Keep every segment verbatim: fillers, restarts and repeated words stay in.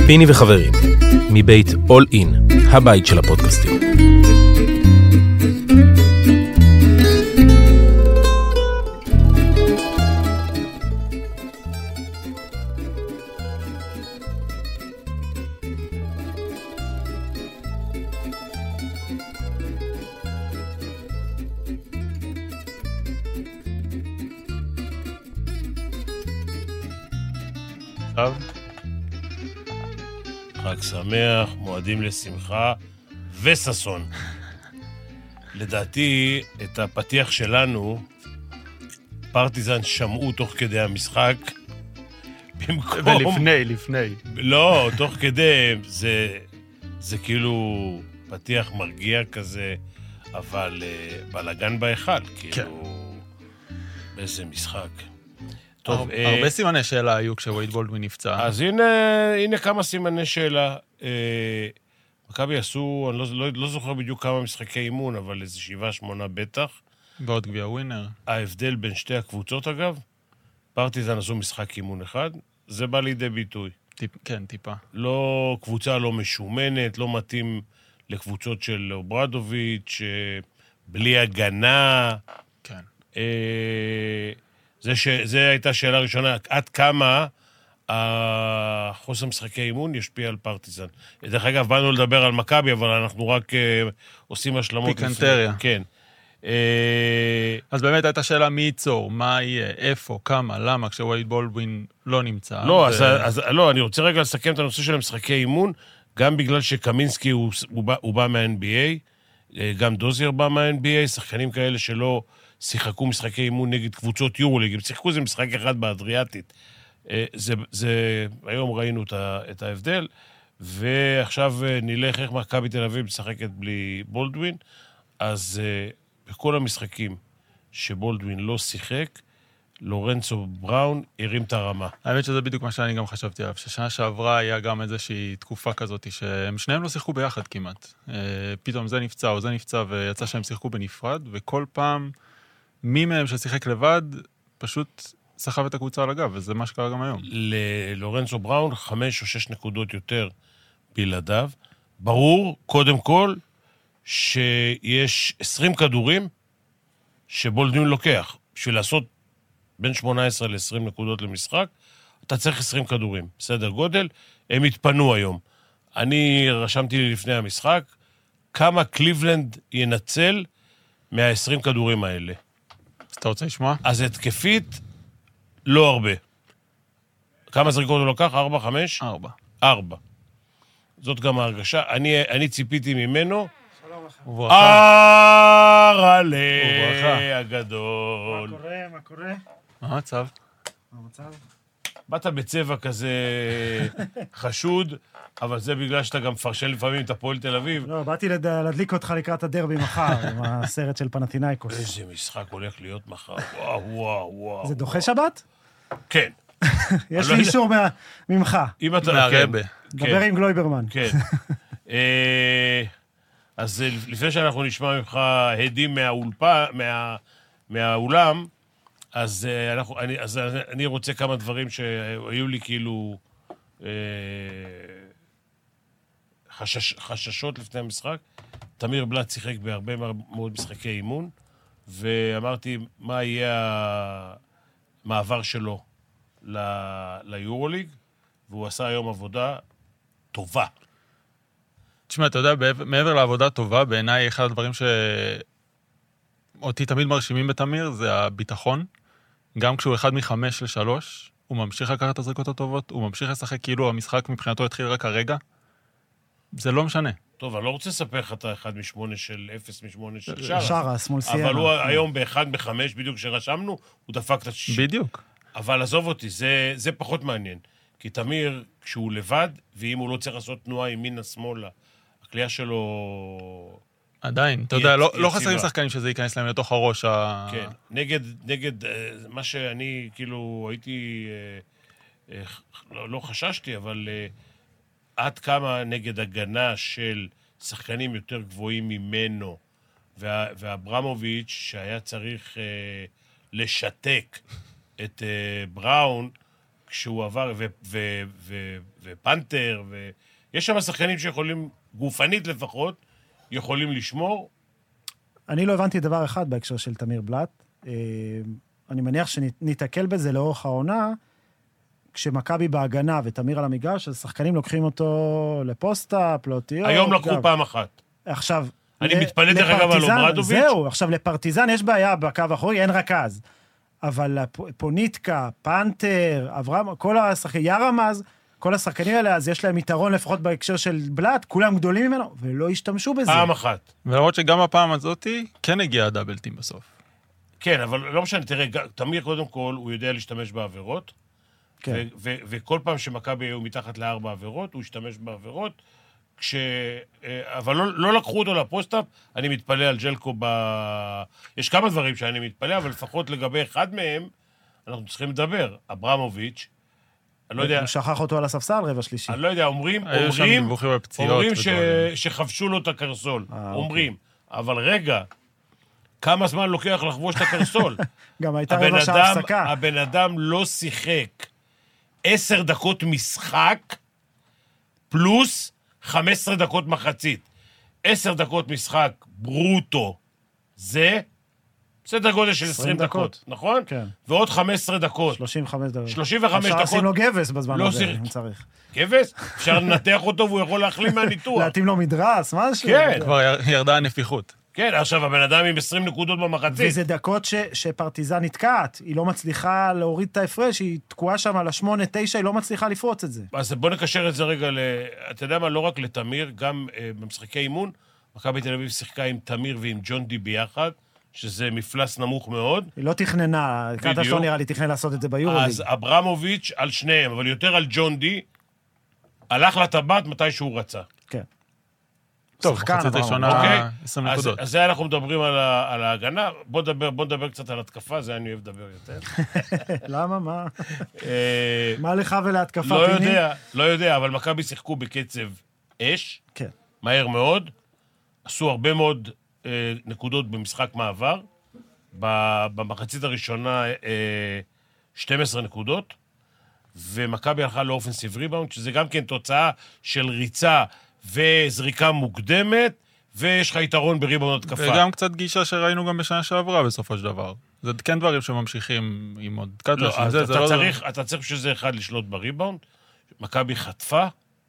פיני וחברים, מבית All In, הבית של הפודקאסטים. חג שמח, מועדים לשמחה וססון. לדעתי, את הפתיח שלנו, פרטיזן שמעו תוך כדי המשחק. במקום... ולפני, לפני. לא, תוך כדי, זה, זה כאילו פתיח מרגיע כזה, אבל uh, בלגן בהיכל, כאילו, כן. איזה משחק. טוב, הרבה סימני שאלה היו כשווייד בולדווין נפצע. אז הנה, הנה כמה סימני שאלה. מכבי עשו, אני לא, לא, לא זוכר בדיוק כמה משחקי אימון, אבל איזה שבעה, שמונה בטח. ועוד גביע ווינר. ההבדל בין שתי הקבוצות, אגב, פרטיזן עשו משחק אימון אחד, זה בא לידי ביטוי. טיפ, כן, טיפה. לא, קבוצה לא משומנת, לא מתאים לקבוצות של אוברדוביץ', בלי הגנה. כן. אה... זה, ש... זה הייתה שאלה ראשונה, עד כמה החוסר משחקי אימון ישפיע על פרטיזן. דרך אגב, באנו לדבר על מכבי, אבל אנחנו רק uh, עושים השלמות. פיקנטריה. לפני... כן. Uh... אז באמת הייתה שאלה מי ייצור, מה יהיה, איפה, כמה, למה, כשווייד בולדווין לא נמצא. לא, ו... אז, אז, לא, אני רוצה רגע לסכם את הנושא של המשחקי אימון, גם בגלל שקמינסקי הוא, הוא, בא, הוא בא מה-אן בי איי, גם דוזייר בא מה-אן בי איי, שחקנים כאלה שלא... שיחקו משחקי אימון נגד קבוצות יורוליג, הם שיחקו איזה משחק אחד באדריאטית. זה, זה, היום ראינו את ההבדל, ועכשיו נלך איך מכבי תל אביב משחקת בלי בולדווין, אז בכל המשחקים שבולדווין לא שיחק, לורנצו בראון הרים את הרמה. האמת שזה בדיוק מה שאני גם חשבתי עליו, ששנה שעברה היה גם איזושהי תקופה כזאת, שהם שניהם לא שיחקו ביחד כמעט. פתאום זה נפצע או זה נפצע, ויצא שהם שיחקו בנפרד, וכל פעם מי מהם ששיחק לבד, פשוט סחב את הקבוצה על הגב, וזה מה שקרה גם היום. ללורנצו בראון, חמש או שש נקודות יותר בלעדיו. ברור, קודם כל, שיש עשרים כדורים שבולדווין לוקח. בשביל לעשות בין שמונה עשרה ל-עשרים נקודות למשחק, אתה צריך עשרים כדורים. בסדר גודל, הם התפנו היום. אני רשמתי לי לפני המשחק, כמה קליבלנד ינצל מה-עשרים כדורים האלה. אתה רוצה לשמוע? אז התקפית, לא הרבה. כמה זריקות הוא לוקח? ארבע, חמש? ארבע. ארבע. זאת גם ההרגשה. אני, אני ציפיתי ממנו. שלום לך. וברכה. ארלה הגדול. מה קורה? מה קורה? מה המצב? מה המצב? באת בצבע כזה חשוד, אבל זה בגלל שאתה גם מפרשן לפעמים את הפועל תל אביב. לא, באתי להדליק אותך לקראת הדרבי מחר, עם הסרט של פנתינייקוס. איזה משחק הולך להיות מחר, וואו, וואו, וואו. זה דוחה שבת? כן. יש לי אישור ממך. אם אתה... מהרבה. דבר עם גלויברמן. כן. אז לפני שאנחנו נשמע ממך הדים מהאולם, אז, אנחנו, אני, אז אני רוצה כמה דברים שהיו לי כאילו אה, חשש, חששות לפני המשחק. תמיר בלט שיחק בהרבה מאוד משחקי אימון, ואמרתי מה יהיה המעבר שלו ל, ליורוליג, והוא עשה היום עבודה טובה. תשמע, אתה יודע, מעבר לעבודה טובה, בעיניי אחד הדברים שאותי תמיד מרשימים בתמיר, זה הביטחון. גם כשהוא אחד מחמש לשלוש, הוא ממשיך לקחת את הזריקות הטובות, הוא ממשיך לשחק כאילו המשחק מבחינתו התחיל רק הרגע. זה לא משנה. טוב, אני לא רוצה לספר לך את האחד משמונה של אפס משמונה של שרה. שרה, שמאל סיינה. אבל הוא היום באחד מחמש, בדיוק כשרשמנו, הוא דפק את השישה. בדיוק. אבל עזוב אותי, זה, זה פחות מעניין. כי תמיר, כשהוא לבד, ואם הוא לא צריך לעשות תנועה ימינה שמאלה, הקליעה שלו... עדיין, אתה יודע, לא חסרים שחקנים שזה ייכנס להם לתוך הראש. כן, נגד, נגד, מה שאני כאילו הייתי, לא חששתי, אבל עד כמה נגד הגנה של שחקנים יותר גבוהים ממנו, ואברמוביץ' שהיה צריך לשתק את בראון, כשהוא עבר, ו- ו- ו- ופנתר, ויש שם שחקנים שיכולים, גופנית לפחות, יכולים לשמור. אני לא הבנתי דבר אחד בהקשר של תמיר בלט. אני מניח שניתקל בזה לאורך העונה, כשמכבי בהגנה ותמיר על המגרש, אז שחקנים לוקחים אותו לפוסט-אפ, לאותיות. היום לקחו פעם אחת. עכשיו... אני מתפלא דרך אגב על אוברדוביץ'. זהו, עכשיו לפרטיזן יש בעיה בקו האחורי, אין רכז. אבל פוניטקה, פנתר, אברהם, כל השחקנים, ירמז, כל השחקנים האלה, אז יש להם יתרון לפחות בהקשר של בלט, כולם גדולים ממנו, ולא השתמשו בזה. פעם אחת. ולמרות שגם הפעם הזאת, כן הגיע הדאבלטים בסוף. כן, אבל לא משנה, תראה, תמיר קודם כל, הוא יודע להשתמש בעבירות, כן. וכל פעם שמכבי היו מתחת לארבע עבירות, הוא השתמש בעבירות, כש... אבל לא, לא לקחו אותו לפוסט-אפ, אני מתפלא על ג'לקו ב... יש כמה דברים שאני מתפלא, אבל לפחות לגבי אחד מהם, אנחנו צריכים לדבר. אברמוביץ', אני לא יודע... הוא שכח אותו על הספסל, רבע שלישי. אני לא יודע, אומרים, אומרים, אומרים ש... שחבשו לו את הקרסול. אה, אומרים. אבל רגע, כמה זמן לוקח לחבוש את הקרסול? גם הייתה רבע שעה הפסקה. הבן אדם לא שיחק עשר דקות משחק, פלוס חמש עשרה דקות מחצית. עשר דקות משחק ברוטו, זה סדר גודל של עשרים דקות, נכון? כן. ועוד חמש עשרה דקות. שלושים וחמש דקות. שלושים וחמש דקות. אפשר לשים לו גבס בזמן לא הזה, סיר... אם צריך. גבס? אפשר לנתח אותו והוא יכול להחלים מהניתוח. להתאים לו מדרס, משהו. כן. כבר ירדה הנפיחות. כן, עכשיו הבן אדם עם עשרים נקודות במחצית. וזה דקות ש, שפרטיזן נתקעת, היא לא מצליחה להוריד את ההפרש, היא תקועה שם על השמונה, תשע, היא לא מצליחה לפרוץ את זה. אז בוא נקשר את זה רגע ל... אתה יודע מה, לא רק לתמיר, גם uh, במשחקי אימון, מכבי תל אביב שיחקה עם תמיר ועם ג'ון די ביחד, שזה מפלס נמוך מאוד. היא לא תכננה, קטש לא נראה לי תכנן לעשות את זה ביורוליג. אז אברמוביץ' על שניהם, אבל יותר על ג'ון די, הלך לטבעת מתי שהוא רצה. כן. טוב, שחקן, מחצית אבל- ראשונה, אוקיי? עשרים אז, נקודות. אז זה אנחנו מדברים על, ה, על ההגנה. בוא נדבר, בוא נדבר קצת על התקפה, זה אני אוהב לדבר יותר. למה, מה? אה, מה לך ולהתקפה, לא פיני? יודע, לא יודע, אבל מכבי שיחקו בקצב אש, כן. מהר מאוד, עשו הרבה מאוד אה, נקודות במשחק מעבר, ב- במחצית הראשונה אה, שתים עשרה נקודות, ומכבי הלכה לאופנסיב ריבאונד, שזה גם כן תוצאה של ריצה וזריקה מוקדמת, ויש לך יתרון בריבאונד התקפה. וגם קצת גישה שראינו גם בשנה שעברה בסופו של דבר. זה כן דברים שממשיכים עם עוד קטש. לא, עם אז זה, אתה, זה לא צריך, אתה צריך שזה אחד לשלוט בריבאונד. מכבי חטפה,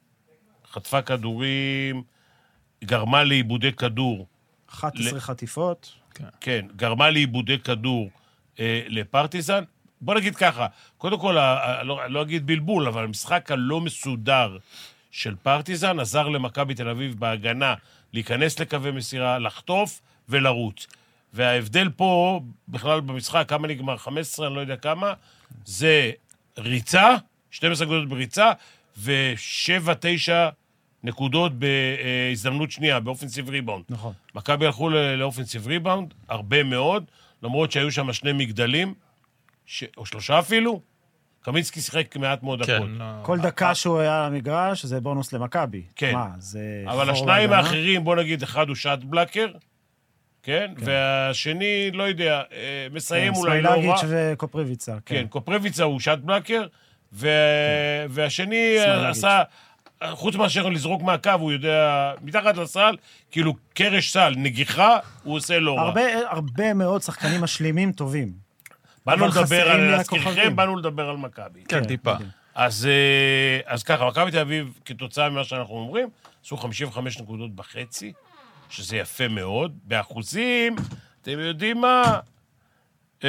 חטפה כדורים, גרמה לאיבודי כדור. אחת עשרה חטיפות. כן, גרמה לאיבודי כדור אה, לפרטיזן. בוא נגיד ככה, קודם כל, ה- ה- לא, לא אגיד בלבול, אבל המשחק הלא מסודר של פרטיזן עזר למכבי תל אביב בהגנה להיכנס לקווי מסירה, לחטוף ולרוץ. וההבדל פה, בכלל במשחק, כמה נגמר? חמש עשרה, אני לא יודע כמה, זה ריצה, שתים עשרה נקודות בריצה, ו-שבע תשע נקודות בהזדמנות שנייה, באופנסיב ריבאונד. נכון. מכבי הלכו ל- לאופנסיב ריבאונד, הרבה מאוד, למרות שהיו שם שני מגדלים, ש... או שלושה אפילו, קמינסקי שיחק מעט מאוד דקות. כן. לא- כל דקה שהוא היה על המגרש, זה בונוס למכבי. כן. מה, זה... אבל חור השניים להגנה? האחרים, בוא נגיד, אחד הוא שאט בלקר, כן? והשני, לא יודע, אה, מסיים אולי לא רע. סמילגיץ' וקופריביצה. כן, קופרביצה הוא שאט בלקר, ו... והשני סמילגיץ'. עשה, חוץ מאשר לזרוק מהקו, הוא יודע, מתחת לסל, כאילו קרש סל, נגיחה, הוא עושה לא רע. הרבה, הרבה מאוד שחקנים משלימים טובים. באנו אבל לדבר חסרים על, לי להזכירכם, הכוכבים. באנו לדבר על מכבי. כן, טיפה. אז, אה, אז ככה, מכבי תל אביב, כתוצאה ממה שאנחנו אומרים, עשו חמישים וחמש נקודות בחצי, שזה יפה מאוד. באחוזים, אתם יודעים מה? אה,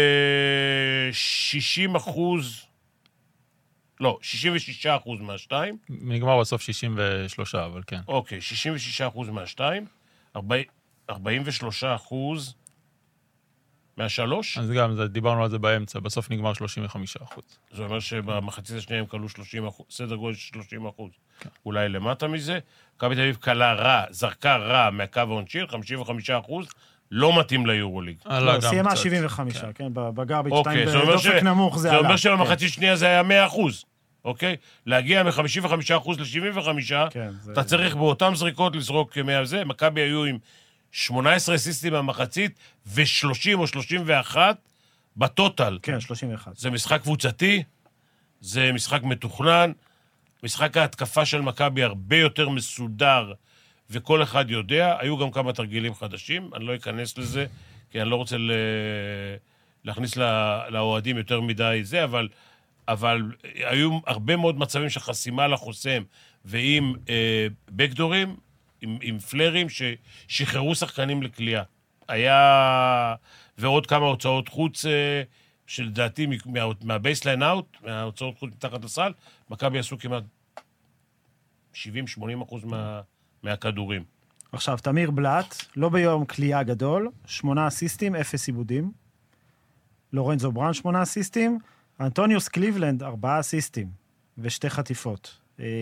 שישים אחוז, לא, שישים ושישה אחוז מהשתיים. נגמר בסוף שישים ושלוש, אבל כן. אוקיי, שישים ושישה אחוז מהשתיים, ארבעים ושלושה אחוז מהשלוש. אז גם, זה- דיברנו על זה באמצע, בסוף נגמר שלושים וחמישה אחוז. זה אומר שבמחצית השנייה הם קלו שלושים אחוז, סדר גודל של שלושים אחוז. אולי למטה מזה. מכבי תל אביב קלה רע, זרקה רע מהקו העונשין, חמישים וחמישה אחוז, לא מתאים ליורוליג. עלה לא, גם סיימה קצת. שבעים וחמש, כן, בגרביץ' אוקיי, שתיים זה אומר בדופק ש- נמוך זה זה עלה. אומר כן. שבמחצית שנייה זה היה מאה אחוז, אוקיי? להגיע מ-חמישים וחמישה אחוז ל-שבעים וחמישה, כן, זה- אתה צריך באותם זריקות לזרוק מאה זה. מכבי היו עם שמונה עשרה אסיסטים במחצית, ו-שלושים או שלושים ואחת בטוטל. כן, שלושים ואחת. זה משחק קבוצתי, זה משחק מתוכנן, משחק ההתקפה של מכבי הרבה יותר מסודר, וכל אחד יודע, היו גם כמה תרגילים חדשים, אני לא אכנס לזה, כי אני לא רוצה ל... להכניס לה... לאוהדים יותר מדי זה, אבל, אבל היו הרבה מאוד מצבים של חסימה לחוסם, ועם אה, בקדורים, עם, עם פלרים ששחררו שחקנים לקליעה. היה... ועוד כמה הוצאות חוץ, אה, שלדעתי, מה, מהבייסליין אאוט, מההוצאות חוץ מתחת לסל, מכבי עשו כמעט שבעים שמונים אחוז מה, מהכדורים. עכשיו, תמיר בלט, לא ביום קליעה גדול, שמונה אסיסטים, אפס עיבודים. לורנזו בראון, שמונה אסיסטים. אנטוניוס קליבלנד, ארבעה אסיסטים ושתי חטיפות.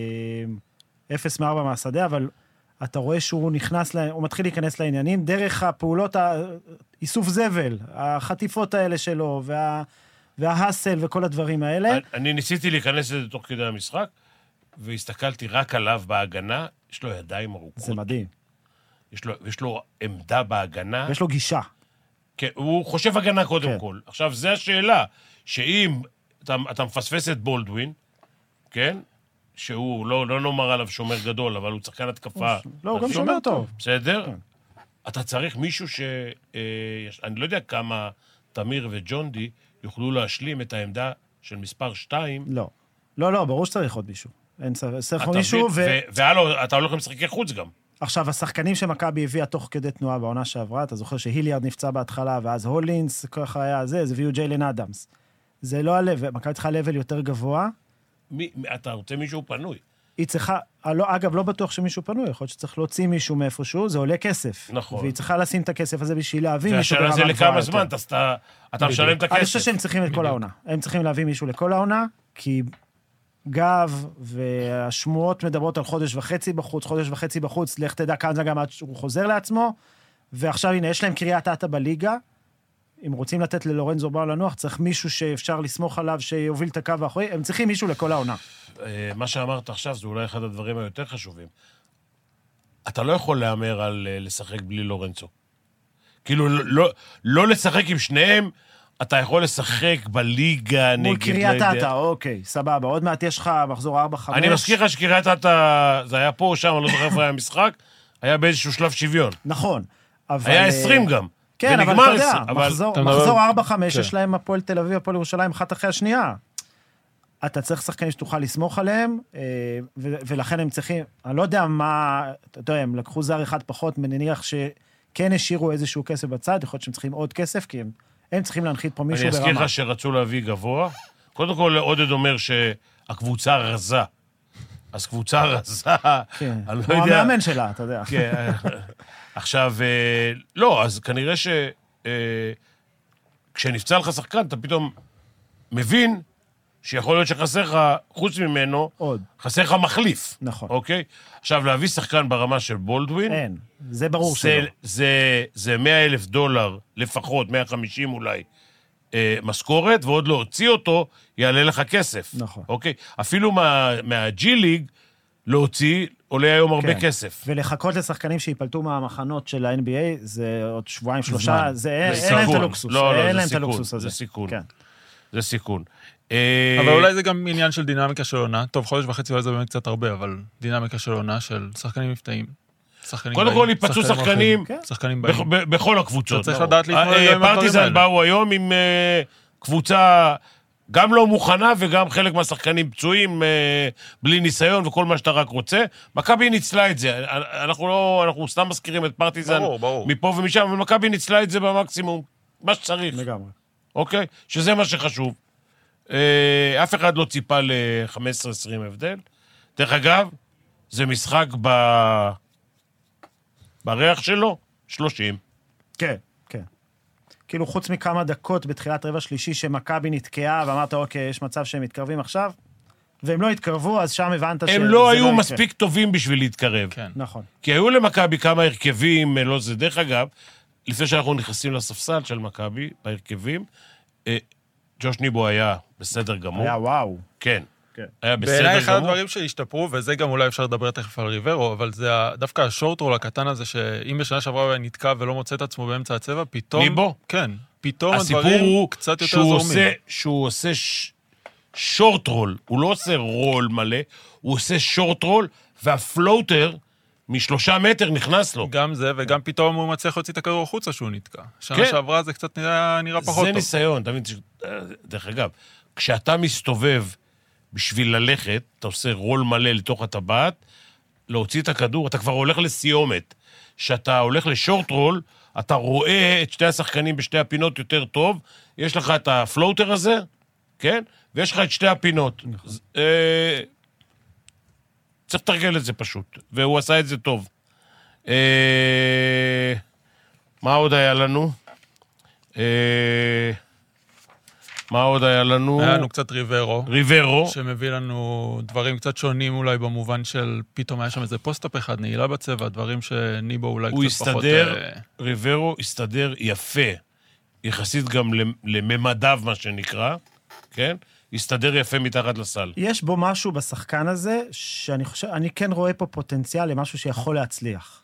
אפס מארבע מהשדה, אבל אתה רואה שהוא נכנס, הוא מתחיל להיכנס לעניינים, דרך הפעולות, איסוף זבל, החטיפות האלה שלו, וה, וההסל וכל הדברים האלה. אני ניסיתי להיכנס לזה תוך כדי המשחק, והסתכלתי רק עליו בהגנה, יש לו ידיים ארוכות. זה מדהים. יש לו, יש לו עמדה בהגנה. ויש לו גישה. כן, הוא חושב הגנה קודם כן. כל. עכשיו, זו השאלה, שאם אתה, אתה מפספס את בולדווין, כן? שהוא, לא, לא נאמר עליו שומר גדול, אבל הוא צחקן התקפה. לא, הוא גם שומר טוב. בסדר? כן. אתה צריך מישהו ש... אה, אני לא יודע כמה תמיר וג'ון די יוכלו להשלים את העמדה של מספר שתיים. לא. לא, לא, ברור שצריך עוד מישהו. אין צריך עוד מישהו, ו... והלו, אתה הולך למשחקי חוץ גם. עכשיו, השחקנים שמכבי הביאה תוך כדי תנועה בעונה שעברה, אתה זוכר שהיליארד נפצע בהתחלה, ואז הולינס, ככה היה זה, זה הביאו ג'יילן אדמס. זה לא הלב, מכבי צריכה לבל יותר גבוה. מי, אתה רוצה מישהו פנוי? היא צריכה, לא, אגב, לא בטוח שמישהו פנוי, יכול להיות שצריך להוציא מישהו מאיפשהו, זה עולה כסף. נכון. והיא צריכה לשים את הכסף הזה בשביל להביא מישהו ברמה והשאלה גבוהה. זה לכמה זמן, אתה, אתה משלם את הכסף. אני חושב שהם צריכים את כל העונה. הם צריכים להביא מישהו לכל העונה, כי גב והשמועות מדברות על חודש וחצי בחוץ, חודש וחצי בחוץ, לך תדע כאן זה גם עד שהוא חוזר לעצמו, ועכשיו הנה, יש להם קריאת אתא בליגה, אם רוצים לתת ללורנזו בראון לנוח, צריך מישהו שאפשר לסמוך עליו, שיוביל את הקו האחורי, הם צריכים מישהו לכל העונה. מה שאמרת עכשיו, זה אולי אחד הדברים היותר חשובים. אתה לא יכול לאמר על לשחק בלי לורנצו. כאילו, לא, לא לשחק עם שניהם, אתה יכול לשחק בליגה נגד... מול קריאת אתא, אוקיי, סבבה. עוד מעט יש לך מחזור ארבע חמש. אני מזכיר לך שקריאת אתא, זה היה פה או שם, אני לא זוכר איפה היה משחק, היה באיזשהו שלב שוויון. נכון. אבל... היה עשרים גם. כן, אבל אתה יודע, אבל... מחזור ארבע חמש, יש להם הפועל תל אביב, הפועל ירושלים, אחת אחרי השנייה. אתה צריך שחקנים שתוכל לסמוך עליהם, ולכן הם צריכים, אני לא יודע מה, אתה יודע, הם לקחו זר אחד פחות, מניח שכן השאירו איזשהו כסף בצד, יכול להיות שהם צריכים עוד כסף, כי הם, הם צריכים להנחית פה מישהו ברמה. אני אזכיר לך שרצו להביא גבוה. קודם כל, עודד אומר שהקבוצה רזה. אז קבוצה רזה, כן, אני לא כמו יודע... המאמן שלה, אתה יודע. כן, עכשיו, לא, אז כנראה ש... כשנפצע לך שחקן, אתה פתאום מבין שיכול להיות שחסר לך, חוץ ממנו, עוד. חסר לך מחליף. נכון. אוקיי? עכשיו, להביא שחקן ברמה של בולדווין... אין, זה ברור זה, שלא. זה, זה מאה אלף דולר לפחות, מאה וחמישים אולי, אה, משכורת, ועוד להוציא אותו, יעלה לך כסף. נכון. אוקיי? אפילו מה, מהג'י ליג, להוציא, עולה היום הרבה כן. כסף. ולחכות לשחקנים שיפלטו מהמחנות של ה-אן בי איי, זה עוד שבועיים, שלושה, זמן. זה, אין, זה אין להם את סיכון. הלוקסוס. לא, לא, אין זה להם את סיכון, הלוקסוס הזה. זה סיכון. כן. זה סיכון. אבל אולי זה גם עניין של דינמיקה של עונה. טוב, חודש וחצי אולי זה באמת קצת הרבה, אבל דינמיקה של עונה של שחקנים נפתאים. קודם כל ייפצעו שחקנים שחקנים באים. בכל הקבוצות. אתה צריך לדעת להתמודד עם הדברים האלה. פרטיזן באו היום עם קבוצה גם לא מוכנה, וגם חלק מהשחקנים פצועים, בלי ניסיון וכל מה שאתה רק רוצה. מכבי ניצלה את זה. אנחנו לא, אנחנו סתם מזכירים את פרטיזן מפה ומשם, אבל מכבי ניצלה את זה במקסימום, מה שצריך. לגמרי. אוקיי? שזה מה שחשוב. אף אחד לא ציפה ל-חמש עשרה עשרים הבדל. דרך אגב, זה משחק ב... בריח שלו, שלושים. כן, כן. כאילו חוץ מכמה דקות בתחילת רבע שלישי שמכבי נתקעה, ואמרת, אוקיי, יש מצב שהם מתקרבים עכשיו, והם לא התקרבו, אז שם הבנת שזה הם לא היו מספיק טובים בשביל להתקרב. כן. נכון. כי היו למכבי כמה הרכבים, לא זה. דרך אגב, לפני שאנחנו נכנסים לספסל של מכבי, בהרכבים, ג'וש ניבו היה בסדר גמור. היה וואו. כן. כן. היה בסדר גמור. בעיניי אחד הדברים שהשתפרו, וזה גם אולי אפשר לדבר תכף על ריברו, אבל זה דווקא השורט-רול הקטן הזה, שאם בשנה שעברה הוא נתקע ולא מוצא את עצמו באמצע הצבע, פתאום... ניבו? כן. פתאום הסיפור הדברים הוא קצת יותר שהוא זורמים. עושה, שהוא עושה ש... שורט רול, הוא לא עושה רול מלא, הוא עושה שורט רול, והפלוטר משלושה מטר נכנס לו. גם זה, וגם פתאום הוא מצליח להוציא את הכדור החוצה שהוא נתקע. שנה כן. שעברה זה קצת נראה, נראה פחות זה טוב. ניסיון, תמיד, דרך אגב, כשאתה מסתובב בשביל ללכת, אתה עושה רול מלא לתוך הטבעת, להוציא את הכדור, אתה כבר הולך לסיומת. כשאתה הולך לשורט רול, אתה רואה את שתי השחקנים בשתי הפינות יותר טוב, יש לך את הפלוטר הזה, כן? ויש לך את שתי הפינות. אה, צריך לתרגל את זה פשוט, והוא עשה את זה טוב. אה, מה עוד היה לנו? אה, מה עוד היה לנו? היה לנו קצת ריברו. ריברו. שמביא לנו דברים קצת שונים אולי במובן של פתאום היה שם איזה פוסט-אפ אחד, נעילה בצבע, דברים שניבו אולי הוא קצת פחות... הסתדר, ריברו הסתדר יפה, יחסית גם לממדיו, מה שנקרא, כן? הסתדר יפה מתחת לסל. יש בו משהו בשחקן הזה, שאני חושב, אני כן רואה פה פוטנציאל למשהו שיכול להצליח.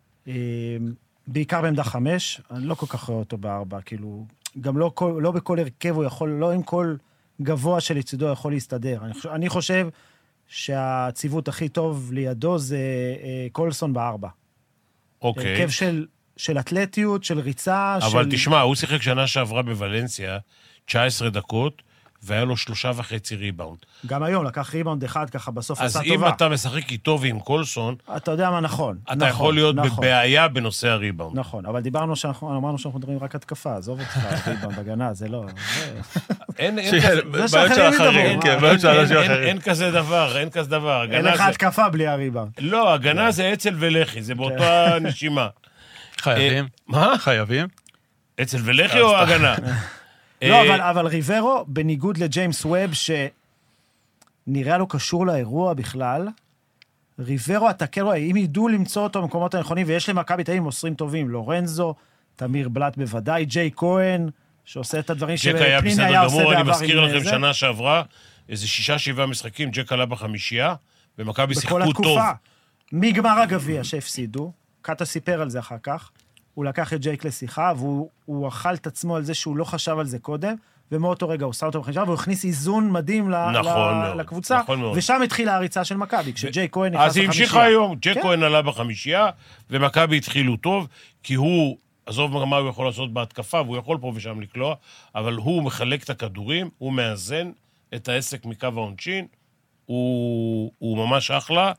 בעיקר בעמדה חמש, אני לא כל כך רואה אותו בארבע, כאילו, גם לא, כל, לא בכל הרכב הוא יכול, לא עם כל גבוה של יצידו יכול להסתדר. אני חושב, אני חושב שהציוות הכי טוב לידו זה אה, קולסון בארבע. אוקיי. הרכב של, של אתלטיות, של ריצה, אבל של... תשמע, הוא שיחק שנה שעברה בוולנסיה, תשע עשרה דקות, והיה לו שלושה וחצי ריבאונד. גם היום, לקח ריבאונד אחד ככה, בסוף עשה אז טובה. אם אתה משחק איתו ועם קולסון, אתה יודע מה נכון. אתה נכון, יכול להיות נכון, בבעיה בנושא הריבאונד. נכון, אבל דיברנו שאנחנו, אמרנו שאנחנו מדברים רק התקפה, עזוב אותך, ריבאונד, הגנה, זה לא... זה- אין אין שיהיה, כזה- בעיות של שאחרים אחרים, ידברו. כן, אין- בעיות של אין- אנשים אין- אחרים. אין כזה דבר, אין כזה דבר. אין הגנה לך זה- התקפה בלי הריבאונד. לא, הגנה זה אצל ולחי, זה באותה נשימה. חייבים? מה? חייבים? אצל ולחי או הגנה? לא, אה, אבל, אבל ריברו, בניגוד לג'יימס ווב, שנראה לו קשור לאירוע בכלל, ריברו, אתה כן רואה, אם ידעו למצוא אותו במקומות הנכונים, ויש למכבי תאים מוסרים טובים, לורנזו, תמיר בלט בוודאי, ג'יי כהן, שעושה את הדברים ג'ק היה שפניני בסדר היה עושה גמור, אני בעבר מזכיר עם לכם זה. שנה שעברה, איזה שישה, שבעה משחקים, ג'ק עלה בחמישייה, ומכבי בכל שיחקו טוב. התקופה. מגמר הגביע שהפסידו, קאטה סיפר על זה אחר כך, הוא לקח את ג'ייק לשיחה, והוא הוא אכל את עצמו על זה שהוא לא חשב על זה קודם, ומאותו רגע הוא שם אותו בחמישה, והוא הכניס איזון מדהים ל, נכון ל, מאוד, לקבוצה, נכון מאוד. ושם התחילה הריצה של מכבי, כשג'ייק כהן נכנס אז היא לחמישייה. המשיכה היום, ג'ק כן. כהן עלה בחמישייה, ומכבי התחילו טוב, כי הוא, עזוב מה הוא יכול לעשות בהתקפה, והוא יכול פה ושם לקלוע, אבל הוא מחלק את הכדורים, הוא מאזן את העסק מקו העונשין, הוא, הוא ממש אחלה.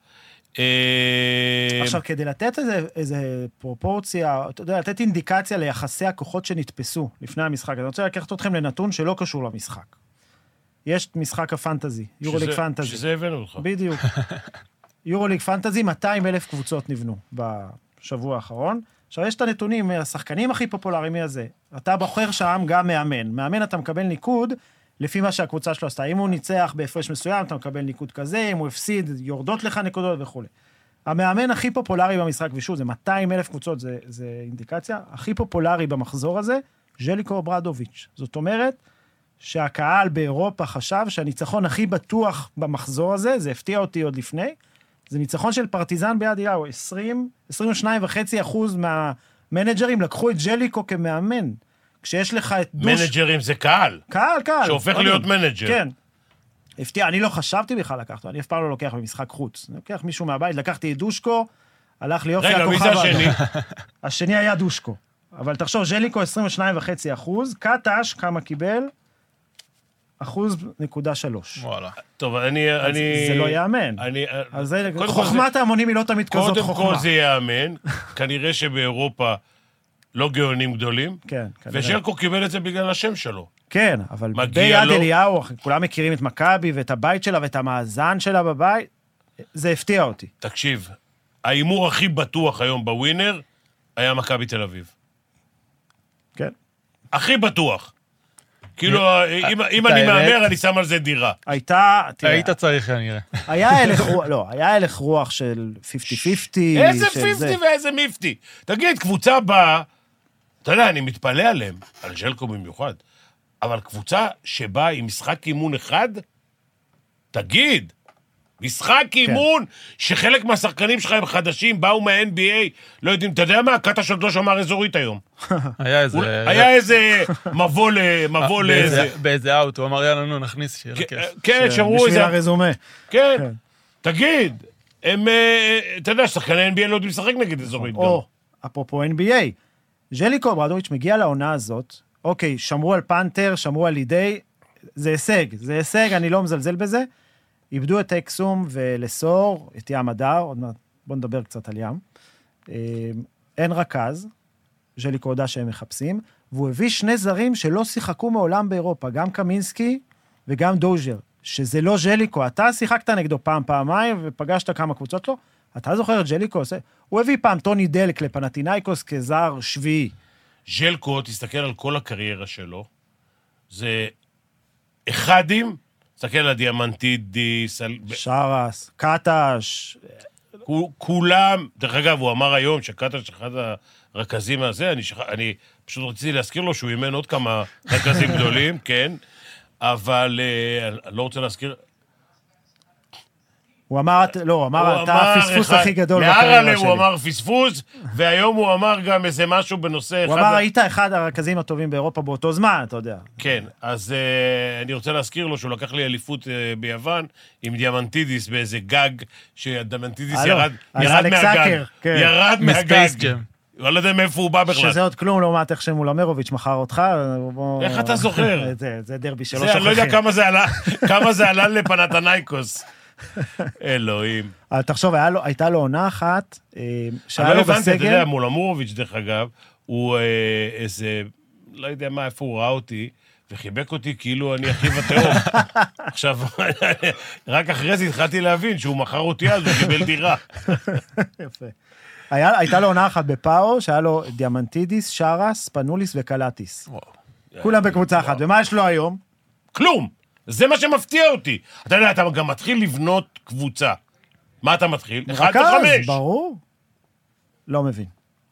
אה, עכשיו, כדי לתת איזה, איזה פרופורציה, אתה יודע, לתת אינדיקציה ליחסי הכוחות שנתפסו לפני המשחק, אני רוצה לקחת אתכם לנתון שלא קשור למשחק. יש משחק הפנטזי, יורוליג שזה- פנטזי. שזה הבאנו לך. בדיוק. יורוליג פנטזי, מאתיים אלף קבוצות נבנו בשבוע האחרון. עכשיו, יש את הנתונים, השחקנים הכי פופולריים מהזה. אתה בוחר שם גם מאמן. מאמן אתה מקבל ניקוד לפי מה שהקבוצה שלו עשתה. אם הוא ניצח בהפרש מסוים, אתה מקבל ניקוד כזה, אם הוא הפסיד, יורדות לך נקודות וכו'. המאמן הכי פופולרי במשחק, ושוב, זה מאתיים אלף קבוצות, זה, זה אינדיקציה, הכי פופולרי במחזור הזה, ז'ליקו אוברדוביץ'. זאת אומרת, שהקהל באירופה חשב שהניצחון הכי בטוח במחזור הזה, זה הפתיע אותי עוד לפני, זה ניצחון של פרטיזן ביד אליהו, עשרים, עשרים ושניים וחצי אחוז מהמנג'רים לקחו את ז'ליקו כמאמן. כשיש לך את דוש... מנג'רים זה קהל, קהל, קהל. שהופך עוד להיות פעם. מנג'ר. כן. הפתיע, אני לא חשבתי בכלל לקחת, אני אף פעם לא לוקח במשחק חוץ. אני לוקח מישהו מהבית, לקחתי את דושקו, הלך ליופי רגע, מי זה הכוכב השני? האדום. השני היה דושקו. אבל תחשוב, ז'ליקו עשרים ושניים וחצי אחוז, קטש, כמה קיבל? אחוז נקודה שלוש. וואלה. טוב, אני... אני- זה לא יאמן. אני... אז זה, קודם כל חוכמת ההמונים היא לא תמיד כזאת קודם חוכמה. כל זה יאמן, כנראה שבאירופה לא גאונים גדולים, כן, כנראה. ושלקו קיבל את זה בגלל השם שלו. כן, אבל מגיע ביד לו- אליהו, כולם מכירים את מכבי ואת הבית שלה ואת המאזן שלה בבית, זה הפתיע אותי. תקשיב, ההימור הכי בטוח היום בווינר היה מכבי תל אביב. כן. הכי בטוח. כאילו, אם אם את אני האמת? מהמר, אני שם על זה דירה. הייתה, תראה, היית צריך כנראה. היה הלך רוח, לא, היה הלך רוח של חמישים חמישים. איזה של זה. פיפטי ואיזה מיפטי. תגיד, קבוצה באה, אתה יודע, אני מתפלא עליהם, על ז'לקו במיוחד, אבל קבוצה שבאה עם משחק אימון אחד, תגיד, משחק אימון, שחלק מהשחקנים שלך הם חדשים, באו מה-אן בי איי, לא יודעים, אתה יודע מה? קטש עוד לא שמר אזורית היום. היה איזה... היה איזה מבוא ל... מבוא לאיזה... באיזה אאוט, הוא אמר, יאללה, נו, נכניס, שיהיה לכיף. כן, שמרו איזה... בשביל הרזומה. כן, תגיד, הם... אתה יודע, שחקני אן בי איי לא יודעים לשחק נגד אזורית גם. או, אפרופו אן בי איי, ז'ליקו אברדוביץ' מגיע לעונה הזאת, אוקיי, שמרו על פנתר, שמרו על לידי, זה הישג, זה הישג, אני לא מזלזל בזה, איבדו את אקסום ולסור, את ים הדר, עוד מעט, בואו נדבר קצת על ים. אין רכז, ז'ליקו הודע שהם מחפשים, והוא הביא שני זרים שלא שיחקו מעולם באירופה, גם קמינסקי וגם דוז'ר, שזה לא ז'ליקו, אתה שיחקת נגדו פעם, פעמיים, ופגשת כמה קבוצות לו, אתה זוכר את ז'ליקו, הוא הביא פעם טוני דלק לפנתינייקוס כזר שביעי. ז'לקו, תסתכל על כל הקריירה שלו, זה אחדים, תסתכל על הדיאמנטידיס, על... שרס, קטש. כולם, דרך אגב, הוא אמר היום שקטש אחד הרכזים הזה, אני, שח... אני פשוט רציתי להזכיר לו שהוא אימן עוד כמה רכזים גדולים, כן, אבל אני לא רוצה להזכיר... הוא אמר, לא, הוא אמר, אתה הפספוס הכי גדול בקריירה שלי. הוא אמר פספוס, והיום הוא אמר גם איזה משהו בנושא... הוא אמר, היית אחד הרכזים הטובים באירופה באותו זמן, אתה יודע. כן, אז אני רוצה להזכיר לו שהוא לקח לי אליפות ביוון עם דיאמנטידיס באיזה גג, שדיאמנטידיס ירד מהגג. ירד מהגג. אני לא יודע מאיפה הוא בא בכלל. שזה עוד כלום לעומת איך שמולמרוביץ' מחר אותך. איך אתה זוכר? זה דרבי שלא שוכחים. אני לא יודע כמה זה עלה לפנתנייקוס. אלוהים. אבל תחשוב, הייתה לו עונה אחת, שהיה לו בסגל... אתה יודע, מולמורוביץ' דרך אגב, הוא איזה, לא יודע מה, איפה הוא ראה אותי, וחיבק אותי כאילו אני אחיו התאום. עכשיו, רק אחרי זה התחלתי להבין שהוא מכר אותי אז, הוא קיבל דירה. יפה. הייתה לו עונה אחת בפאו, שהיה לו דיאמנטידיס, שרס, פנוליס וקלטיס. כולם בקבוצה אחת. ומה יש לו היום? כלום. זה מה שמפתיע אותי. אתה יודע, אתה גם מתחיל לבנות קבוצה. מה אתה מתחיל? אחד וחמש. ברור. לא מבין.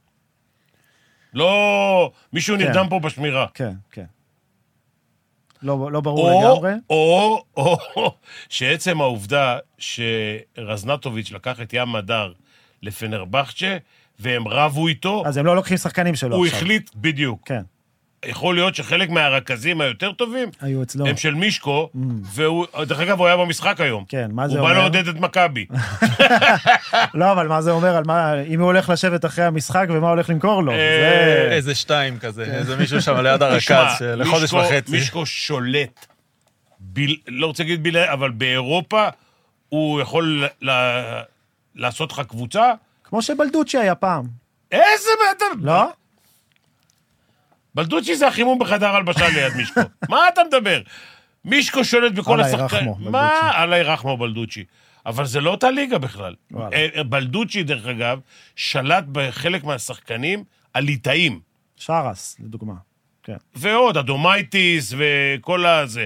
לא, מישהו נרדם פה בשמירה. כן, כן. לא, לא ברור לגמרי. או, או, או, שעצם העובדה שרזנטוביץ' לקח את ים הדר לפנרבחצ'ה, והם רבו איתו. אז הם לא לוקחים שחקנים שלו הוא עכשיו. הוא החליט בדיוק. כן. יכול להיות שחלק מהרכזים היותר טובים, היו אצלו. הם של מישקו, mm. והוא, דרך אגב, הוא היה במשחק היום. כן, מה זה הוא אומר? בא לעודד את מכבי. לא, אבל מה זה אומר על מה, אם הוא הולך לשבת אחרי המשחק, ומה הולך למכור לו? זה... איזה שתיים כזה, איזה מישהו שם ליד הרכז, לחודש וחצי. מישקו שולט, ביל, לא רוצה להגיד ביל, אבל באירופה, הוא יכול ל- לעשות לך קבוצה. כמו שבלדוצ'י היה פעם. איזה בטח? לא? בלדוצ'י זה החימום בחדר הלבשה ליד מישקו. מה אתה מדבר? מישקו שולט בכל השחקנים. מה? עלי רחמו בלדוצ'י. אבל זה לא אותה ליגה בכלל. בלדוצ'י, דרך אגב, שלט בחלק מהשחקנים הליטאים. שרס, לדוגמה. כן. ועוד, אדומייטיס וכל הזה.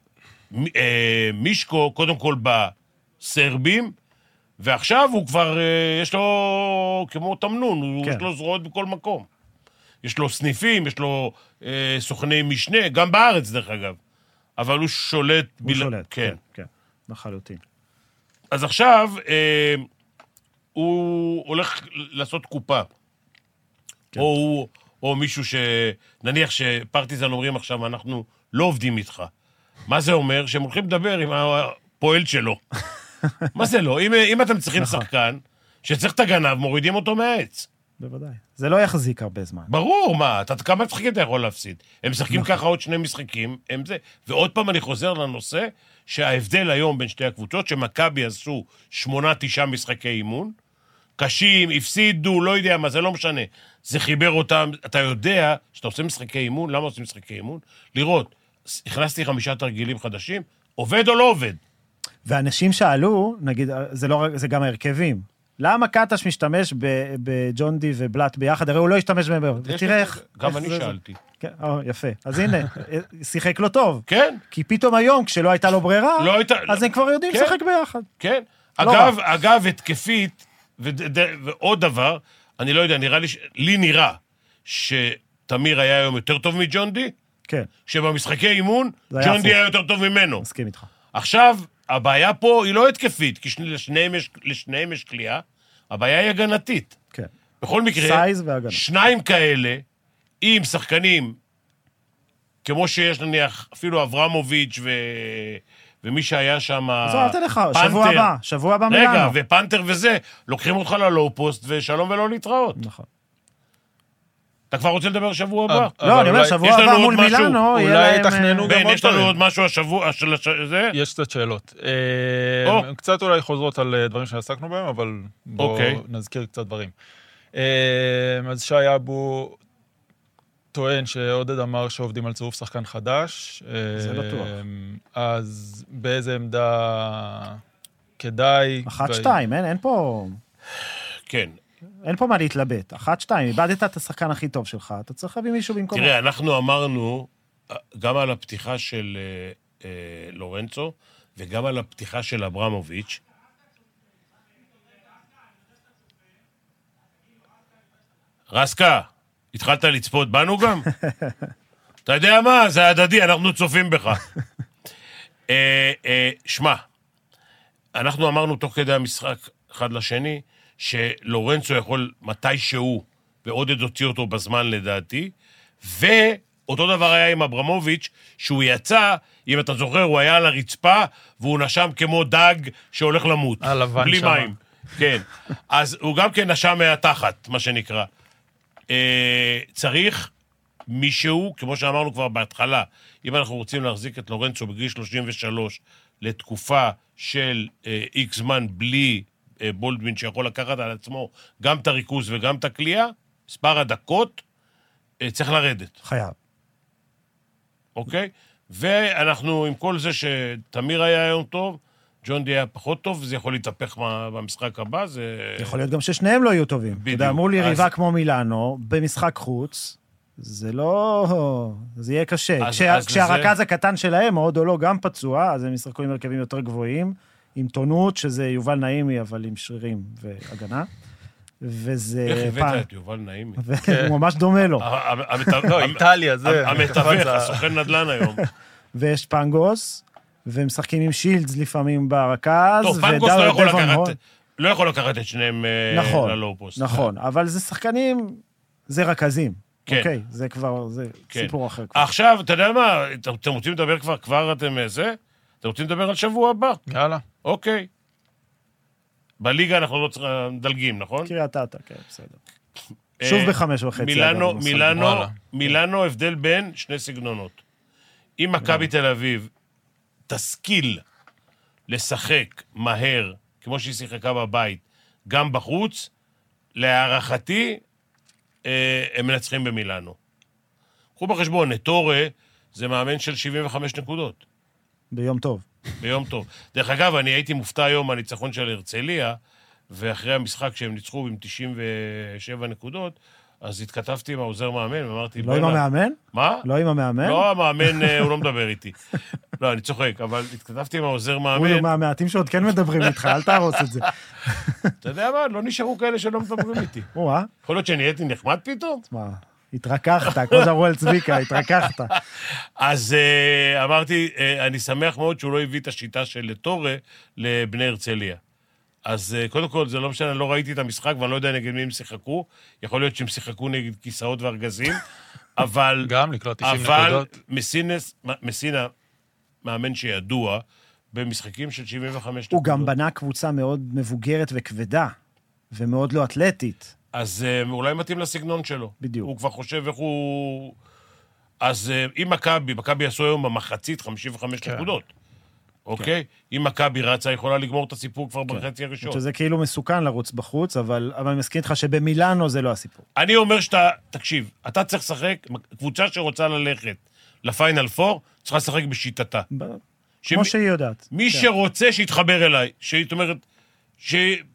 מישקו, קודם כל בסרבים, ועכשיו הוא כבר, יש לו כמו תמנון, יש לו זרועות בכל מקום. יש לו סניפים, יש לו אה, סוכני משנה, גם בארץ דרך אגב. אבל הוא שולט... הוא ביל... שולט, כן, כן, לחלוטין. אז עכשיו, אה, הוא הולך לעשות קופה. כן. או הוא, או מישהו ש... נניח שפרטיזן אומרים עכשיו, אנחנו לא עובדים איתך. מה זה אומר? שהם הולכים לדבר עם הפועל שלו. מה זה לא? אם, אם אתם צריכים נכון. שחקן, שצריך את הגנב, מורידים אותו מהעץ. בוודאי. זה לא יחזיק הרבה זמן. ברור, מה, אתה, כמה משחקים אתה יכול להפסיד? הם משחקים ככה עוד שני משחקים, הם זה. ועוד פעם אני חוזר לנושא, שההבדל היום בין שתי הקבוצות, שמכבי עשו שמונה, תשעה משחקי אימון, קשים, הפסידו, לא יודע מה, זה לא משנה. זה חיבר אותם, אתה יודע, שאתה עושה משחקי אימון, למה עושים משחקי אימון? לראות, הכנסתי חמישה תרגילים חדשים, עובד או לא עובד? ואנשים שאלו, נגיד, זה, לא, זה גם הרכבים. למה קטש משתמש בג'ון די ובלט ביחד? הרי הוא לא ישתמש בהם. ותראה איך... גם אני שאלתי. כן, יפה. אז הנה, שיחק לו טוב. כן. כי פתאום היום, כשלא הייתה לו ברירה, אז הם כבר יודעים לשחק ביחד. כן. אגב, אגב, התקפית, ועוד דבר, אני לא יודע, נראה לי, לי נראה שתמיר היה היום יותר טוב מג'ון די, כן. שבמשחקי אימון, ג'ון די היה יותר טוב ממנו. מסכים איתך. עכשיו, הבעיה פה היא לא התקפית, כי לשניהם יש, לשניהם יש קליעה, הבעיה היא הגנתית. כן. בכל מקרה, סייז והגנה. שניים כאלה, עם שחקנים, כמו שיש נניח אפילו אברמוביץ' ו... ומי שהיה שם... זו, אל תלך, שבוע הבא, שבוע הבא מילאנו. רגע, ופנתר וזה, לוקחים אותך ללואו פוסט, ושלום ולא להתראות. נכון. אתה כבר רוצה לדבר שבוע הבא? לא, אני אומר, שבוע הבא מול מילאנו, אולי יתכננו גם בן, עוד יש לנו דברים. עוד משהו השבוע, של זה? יש קצת שאלות. או. אה, קצת אולי חוזרות על דברים שעסקנו בהם, אבל בואו אוקיי. נזכיר קצת דברים. אה, אז שי אבו טוען שעודד אמר שעובדים על צירוף שחקן חדש. זה אה, בטוח. אז באיזה עמדה כדאי? אחת, ו- שתיים, אין, אין פה... כן. אין פה מה להתלבט. אחת, שתיים, איבדת את השחקן הכי טוב שלך, אתה צריך להביא מישהו במקומו. תראה, אנחנו אמרנו גם על הפתיחה של אה, אה, לורנצו, וגם על הפתיחה של אברמוביץ'. רסקה, התחלת לצפות בנו גם? אתה יודע מה? זה הדדי, אנחנו צופים בך. אה, אה, שמע, אנחנו אמרנו תוך כדי המשחק אחד לשני, שלורנצו יכול מתי שהוא, ועודד הוציא אותו בזמן לדעתי, ואותו דבר היה עם אברמוביץ', שהוא יצא, אם אתה זוכר, הוא היה על הרצפה, והוא נשם כמו דג שהולך למות. הלבן בלי שמה. מים. כן. אז הוא גם כן נשם מהתחת, מה שנקרא. אה, צריך מישהו, כמו שאמרנו כבר בהתחלה, אם אנחנו רוצים להחזיק את לורנצו בגיל שלושים ושלוש, לתקופה של איקס זמן בלי אה, בולדווין שיכול לקחת על עצמו גם את הריכוז וגם את הקליעה, מספר הדקות, אה, צריך לרדת, חייב. אוקיי? ואנחנו, עם כל זה שתמיר היה היום טוב, ג'ון די היה פחות טוב, וזה יכול להתהפך במשחק הבא, זה... יכול להיות גם ששניהם לא יהיו טובים. אתה יודע, מול יריבה אז- כמו מילאנו, במשחק חוץ, זה לא... זה יהיה קשה. אז- כשה- אז כשהרכז לזה- הקטן שלהם, עוד או לא, גם פצוע, אז הם ישחקו עם הרכבים יותר גבוהים, עם טונות, שזה יובל נעימי, אבל עם שרירים והגנה. וזה... איך פעם- הבאת את יובל נעימי? הוא ממש דומה לו. ה- ה- המת- לא, המ- איטליה, זה... המתווך, זה- הסוכן נדל"ן היום. ויש פנגוס, והם משחקים עם שילדס לפעמים ברכז, טוב, פנגוס ודאו- לא יכול דבון הול. לקחת... לא יכול לקחת את שניהם אה, נכון, ללואו פוסט. נכון, אבל זה שחקנים, זה רכזים. כן. אוקיי, זה כבר, זה כן. סיפור אחר כבר. עכשיו, אתה יודע מה, אתם אתם רוצים לדבר כבר, כבר אתם אה, זה? אתם רוצים לדבר על שבוע הבא? יאללה. אוקיי. בליגה אנחנו לא צריכים, מדלגים, נכון? קריית אתא, כן, בסדר. אה, שוב בחמש וחצי. מילאנו, אגב, מילאנו, וואלה. מילאנו הבדל בין שני סגנונות. אם מכבי תל אביב תשכיל לשחק מהר, כמו שהיא שיחקה בבית, גם בחוץ, להערכתי, אה, הם מנצחים במילאנו. קחו בחשבון, נטורה זה מאמן של שבעים וחמש נקודות, ביום טוב. ביום טוב. דרך אגב, אני הייתי מופתע היום מהניצחון של הרצליה, ואחרי המשחק שהם ניצחו עם תשעים ושבע נקודות, אז התכתבתי עם העוזר מאמן, ואמרתי... לא עם בוא'נה, המאמן? מה? לא עם המאמן? לא, המאמן, אה, הוא לא מדבר איתי. לא, אני צוחק, אבל התכתבתי עם העוזר הוא מאמן. מהמעטים שעוד כן מדברים איתך, אל תהרוס את זה. אתה יודע מה? לא נשארו כאלה שלא מדברים איתי. או-אה, יכול להיות שנהייתי נחמד פתאום? מה, התרככת, כמו שאמרו על צביקה, התרככת. אז uh, אמרתי, uh, אני שמח מאוד שהוא לא הביא את השיטה של טורה לבני הרצליה. אז uh, קודם כל, זה לא משנה, לא ראיתי את המשחק, ואני לא יודע נגד מי הם שיחקו. יכול להיות שהם שיחקו נגד כיסאות וארגזים, אבל... גם לקלוט תשעים אבל נקודות. מסינס, מסינה, מאמן שידוע, במשחקים של שבעים וחמש הוא נקודות. גם בנה קבוצה מאוד מבוגרת וכבדה, ומאוד לא אתלטית. אז uh, אולי מתאים לסגנון שלו. בדיוק. הוא כבר חושב איך הוא... אז uh, אם מכבי, מכבי עשו היום במחצית חמישים וחמש כן. נקודות, אוקיי? אם מכבי רצה, יכולה לגמור את הסיפור כבר בחצי הראשון. שזה כאילו מסוכן לרוץ בחוץ, אבל אבל אני מסכים איתך שבמילאנו זה לא הסיפור. אני אומר שאתה, תקשיב, אתה צריך לשחק, קבוצה שרוצה ללכת לפיינל פור, צריכה לשחק בשיטתה. ב- שמי- כמו שהיא יודעת. מי כן. שרוצה, שיתחבר אליי. זאת אומרת, ש...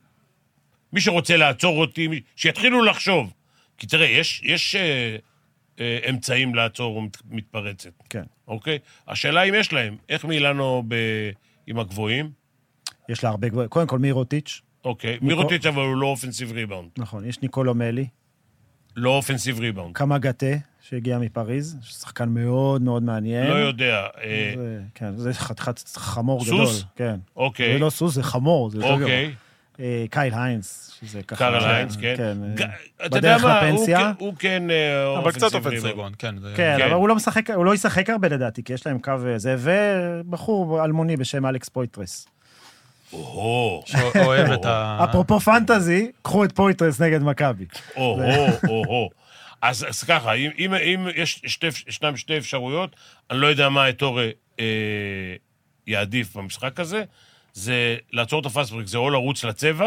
מי שרוצה לעצור אותי, מי- שיתחילו לחשוב. כי תראה, יש, יש אה, אה, אמצעים לעצור מתפרצת, כן. אוקיי? השאלה אם יש להם, איך מילאנו ב... עם הגבוהים? יש לה הרבה גבוהים. קודם כל מירוטיץ', אוקיי. ניקו- מירוטיץ' אבל הוא לא אופנסיב ריבאונד. נכון, יש ניקולו מלי, לא אופנסיב ריבאונד. קמגטה, שהגיע מפריז, שחקן מאוד מאוד מעניין. לא יודע. אה, זה, כן, זה חתיכת חמור סוס? גדול. כן. אוקיי. זה לא סוס, זה חמור, זה יותר גרוע. אוקיי. אה, קייל היינס, שזה ככה... קייל היינס, כן. כן, ג- אה, אתה יודע בדרך מה, הוא לפנסיה. כן- הוא כן אה, אבל קצת אופנסיב אופנס ריבאונד. ריבון, כן. זה- כן, כן. אבל הוא לא משחק, הוא לא ישחק הרבה לדעתי, כי יש להם קו זה, ובחור אלמוני בשם אלכס פויטרס. או-הו, שאוהב את ה... אפרופו פנטזי, קחו את פויטרס נגד מכבי. או-הו, או-הו. אז אז ככה, אם- אם אם יש שתי- ישנם שתי אפשרויות, אני לא יודע מה אתורה אה, יעדיף במשחק הזה, זה לעצור את הפסטברק, זה או לרוץ לצבע,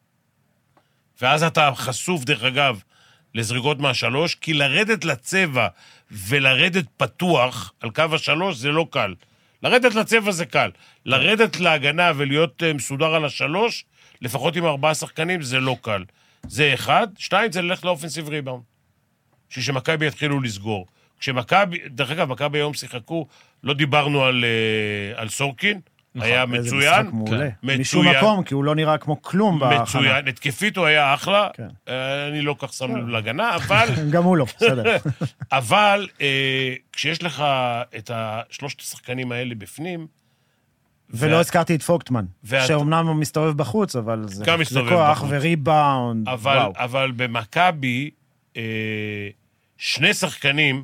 ואז אתה חשוף, דרך אגב, לזריקות מהשלוש, כי לרדת לצבע ולרדת פתוח על קו השלוש זה לא קל. לרדת לצבע זה קל. לרדת להגנה ולהיות אה, מסודר על השלוש, לפחות עם ארבעה שחקנים, זה לא קל. זה אחד. שתיים, זה ללכת לאופנסיב ריבאונד. בשביל שמכבי יתחילו לסגור. כשמכבי, דרך אגב, מכבי היום שיחקו, לא דיברנו על, אה, על סורקין, היה איזה מצוין. משחק מעולה. מצוין. משום מקום, כי הוא לא נראה כמו כלום בהכנה. מצוין. התקפית הוא היה אחלה, כן. אה, אני לא כך שם לב להגנה, אבל... גם הוא לא, בסדר. אבל אה, כשיש לך את שלושת השחקנים האלה בפנים, ולא הזכרתי את פוקטמן, ואת- שאומנם הוא מסתובב בחוץ, אבל זה גם זה מסתובב כוח בחוץ. וריבאונד. אבל, וואו. אבל במכבי, אה, שני שחקנים,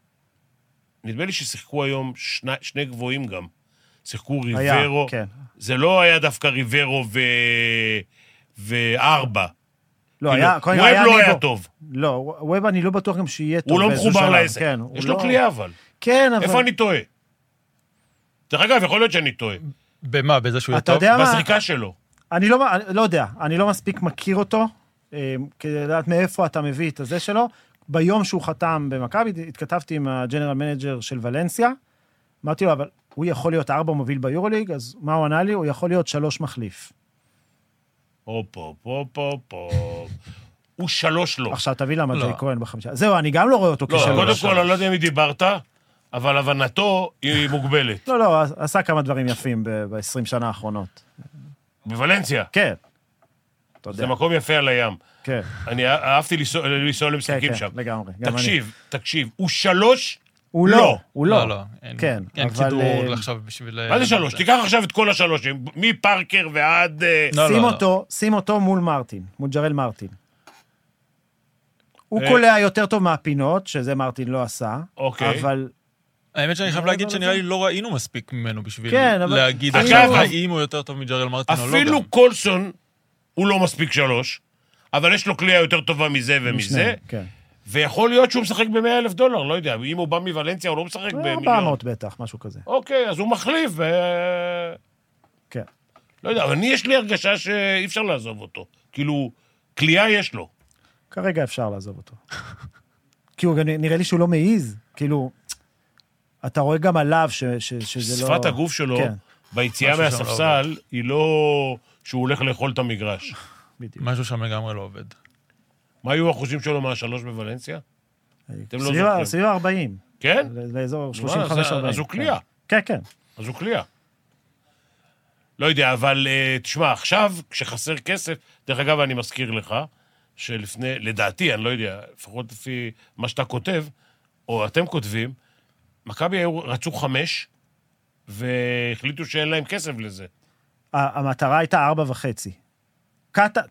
נדמה לי ששיחקו היום שני, שני גבוהים גם. שיחקו היה, ריברו, כן. זה לא היה דווקא ריברו ו... וארבע. לא, כאילו, היה, קודם ווב היה לא ניבו. היה טוב. לא, ווב אני לא בטוח גם שיהיה טוב. הוא לא באיזשהו מחובר שלב. לעסק. כן, הוא יש לו לא- כלייה אבל. כן, אבל... איפה אני טועה? דרך אגב, יכול להיות שאני טועה. במה? בזה שהוא יהיה אתה טוב? יודע מה? בזריקה שלו. אני לא, אני לא יודע, אני לא מספיק מכיר אותו, אה, כדי לדעת מאיפה אתה מביא את הזה שלו. ביום שהוא חתם במכבי, התכתבתי עם הג'נרל מנג'ר של ולנסיה, אמרתי לו, אבל הוא יכול להיות ארבע מוביל ביורוליג, אז מה הוא ענה לי? הוא יכול להיות שלוש מחליף. הופ, הופ, הופ, הופ, הופ. הוא שלוש לא. עכשיו תביא למה לא. ג'יי כהן בחמישה. זהו, אני גם לא רואה אותו לא, כשלוש. קודם כל, אני לא יודע מי דיברת, אבל הבנתו היא מוגבלת. לא, לא, עשה כמה דברים יפים ב-עשרים שנה האחרונות. בוולנסיה. כן. אתה יודע. זה מקום יפה על הים. כן, אני אהבתי לנסוע לנסוע כן, למשחקים כן, שם. לגמרי. גם אני. תקשיב, תקשיב, הוא שלוש, הוא לא. לא, הוא לא. לא, לא. אין- כן, אין אבל, כדרור אה, עכשיו בשביל... מה זה שלוש? תיקח עכשיו את כל השלושים, מפארקר ועד... אה, לא, שים לא, לא. אותו, שים אותו מול מרטין, מול ג'רל מרטין. הוא אה. קולע יותר טוב מהפינות, שזה מרטין לא עשה, אוקיי. אבל האמת שאני חייב מעבר להגיד לזה? שנראה לי לא ראינו מספיק ממנו בשביל כן, אבל- להגיד עכשיו, עכשיו אבל- האם הוא יותר טוב מג'רל מרטין או לא גם. אפילו קולסון הוא לא מספיק שלוש, אבל יש לו כלייה יותר טובה מזה ומזה, משניהם, כן. ויכול להיות שהוא משחק ב-מאה אלף דולר, לא יודע, אם הוא בא מוולנסיה הוא לא משחק ארבע במיליון. מאות בטח, משהו כזה. אוקיי, אז הוא מחליף, ו... כן. לא יודע, אבל אני יש לי הרגשה שאי אפשר לעזוב אותו. כאילו, כלייה יש לו. כרגע אפשר לעזוב אותו. כי הוא, נראה לי שהוא לא מעיז, כאילו, אתה רואה גם עליו ש, ש, שזה לא... שפת הגוף שלו, כן, ביציאה משהו שם לא מהספסל, היא לא שהוא הולך לאכול את המגרש. בדיוק. משהו שם לגמרי לא עובד. מה היו האחוזים שלו מהשלוש בוולנסיה? אתם לא סביב- זוכרים. סביב ארבעים, כן? לאזור שלושים וואלה, וחמש אז- ארבעים. אז הוא קליעה. כן, כן. אז הוא קליעה. לא יודע, אבל uh, תשמע, עכשיו, כשחסר כסף, דרך אגב, אני מזכיר לך, שלפני, לדעתי, אני לא יודע, לפחות לפי מה שאתה כותב, או אתם כותבים, מכבי היו- רצו חמש, והחליטו שאין להם כסף לזה. ה- המטרה הייתה ארבע וחצי. קטה,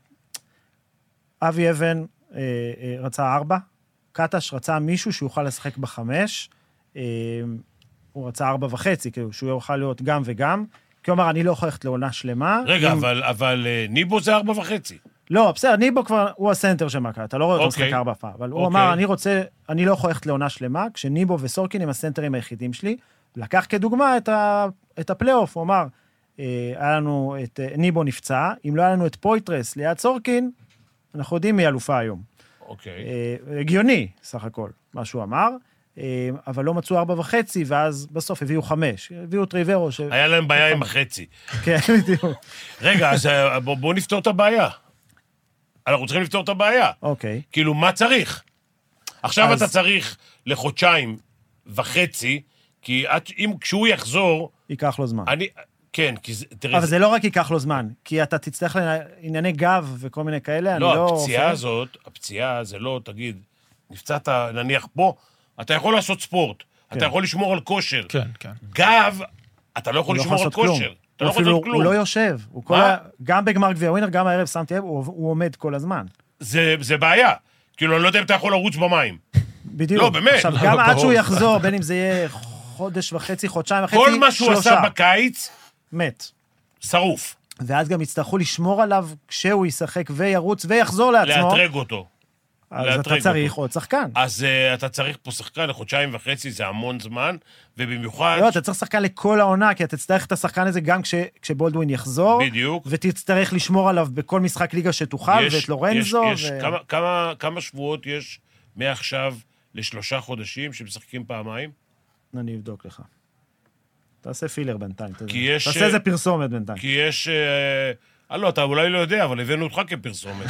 אבי אבן אה, אה, רצה ארבע, קטש רצה מישהו שיוכל לשחק בחמש, אה, הוא רצה ארבע וחצי, כאילו שהוא יוכל להיות גם וגם, כי הוא אמר, אני לא יכול ללכת לעונה שלמה. רגע, אם... אבל, אבל אה, ניבו זה ארבע וחצי. לא, בסדר, ניבו כבר, הוא הסנטר של מכבי, אתה לא רואה אותו אוקיי. משחק ארבע פעם, אבל הוא אוקיי. אמר, אני רוצה, אני לא יכול ללכת לעונה שלמה, כשניבו וסורקין הם הסנטרים היחידים שלי, לקח כדוגמה את, ה, את הפלייאוף, הוא אמר, אה, היה לנו את, אה, ניבו נפצע, אם לא היה לנו את פויטרס ליד סורקין, אנחנו יודעים מי אלופה היום. אוקיי. אה, הגיוני, סך הכל, מה שהוא אמר, אה, אבל לא מצאו ארבע וחצי, ואז בסוף הביאו חמש, הביאו את ריברו, ש... היה להם בעיה עם החצי. כן, בדיוק. רגע, אז אה, בוא- בואו נפתור את הבעיה. אנחנו צריכים לפתור את הבעיה. אוקיי. כאילו, מה צריך? עכשיו אז- אתה צריך לחודשיים וחצי, כי עד, אם, כשהוא יחזור, ייקח לו זמן. אני... כן, כי זה... תראה, אבל זה לא רק ייקח לו זמן, כי אתה תצטרך לענייני גב וכל מיני כאלה, אני לא, לא... הפציעה רופא. הזאת, הפציעה זה לא, תגיד, נפצעת נניח פה, אתה יכול לעשות ספורט, אתה יכול לשמור על כושר. כן, כן. גב, אתה לא יכול לשמור על כושר. אתה לא יכול לעשות כלום. הוא לא יושב. גם בגמר גביע ווינר, גם הערב שמתי לב, הוא עומד כל הזמן. זה בעיה. כאילו, אני לא יודע אם אתה יכול לרוץ במים. בדיוק. לא, באמת. עכשיו, גם עד שהוא יחזור, בין אם זה יהיה חודש וחצי, חודשיים וחצי, כל מה שהוא עשה בקיץ, מת. שרוף. ואז גם יצטרכו לשמור עליו כשהוא ישחק וירוץ ויחזור לעצמו. לאתרג אותו. אז אתה צריך עוד שחקן. אז אתה צריך פה שחקן לחודשיים וחצי, זה המון זמן, ובמיוחד... לא, אתה צריך שחקן לכל העונה, כי אתה תצטרך את השחקן הזה גם כשבולדווין יחזור. בדיוק. ותצטרך לשמור עליו בכל משחק ליגה שתוכל, ואת לורנזו. כמה שבועות יש מעכשיו לשלושה חודשים שמשחקים פעמיים? אני אבדוק לך. תעשה פילר בינתיים. יש... תעשה איזה פרסומת בינתיים. כי יש... אה, לא, אתה אולי לא יודע, אבל הבאנו אותך כפרסומת.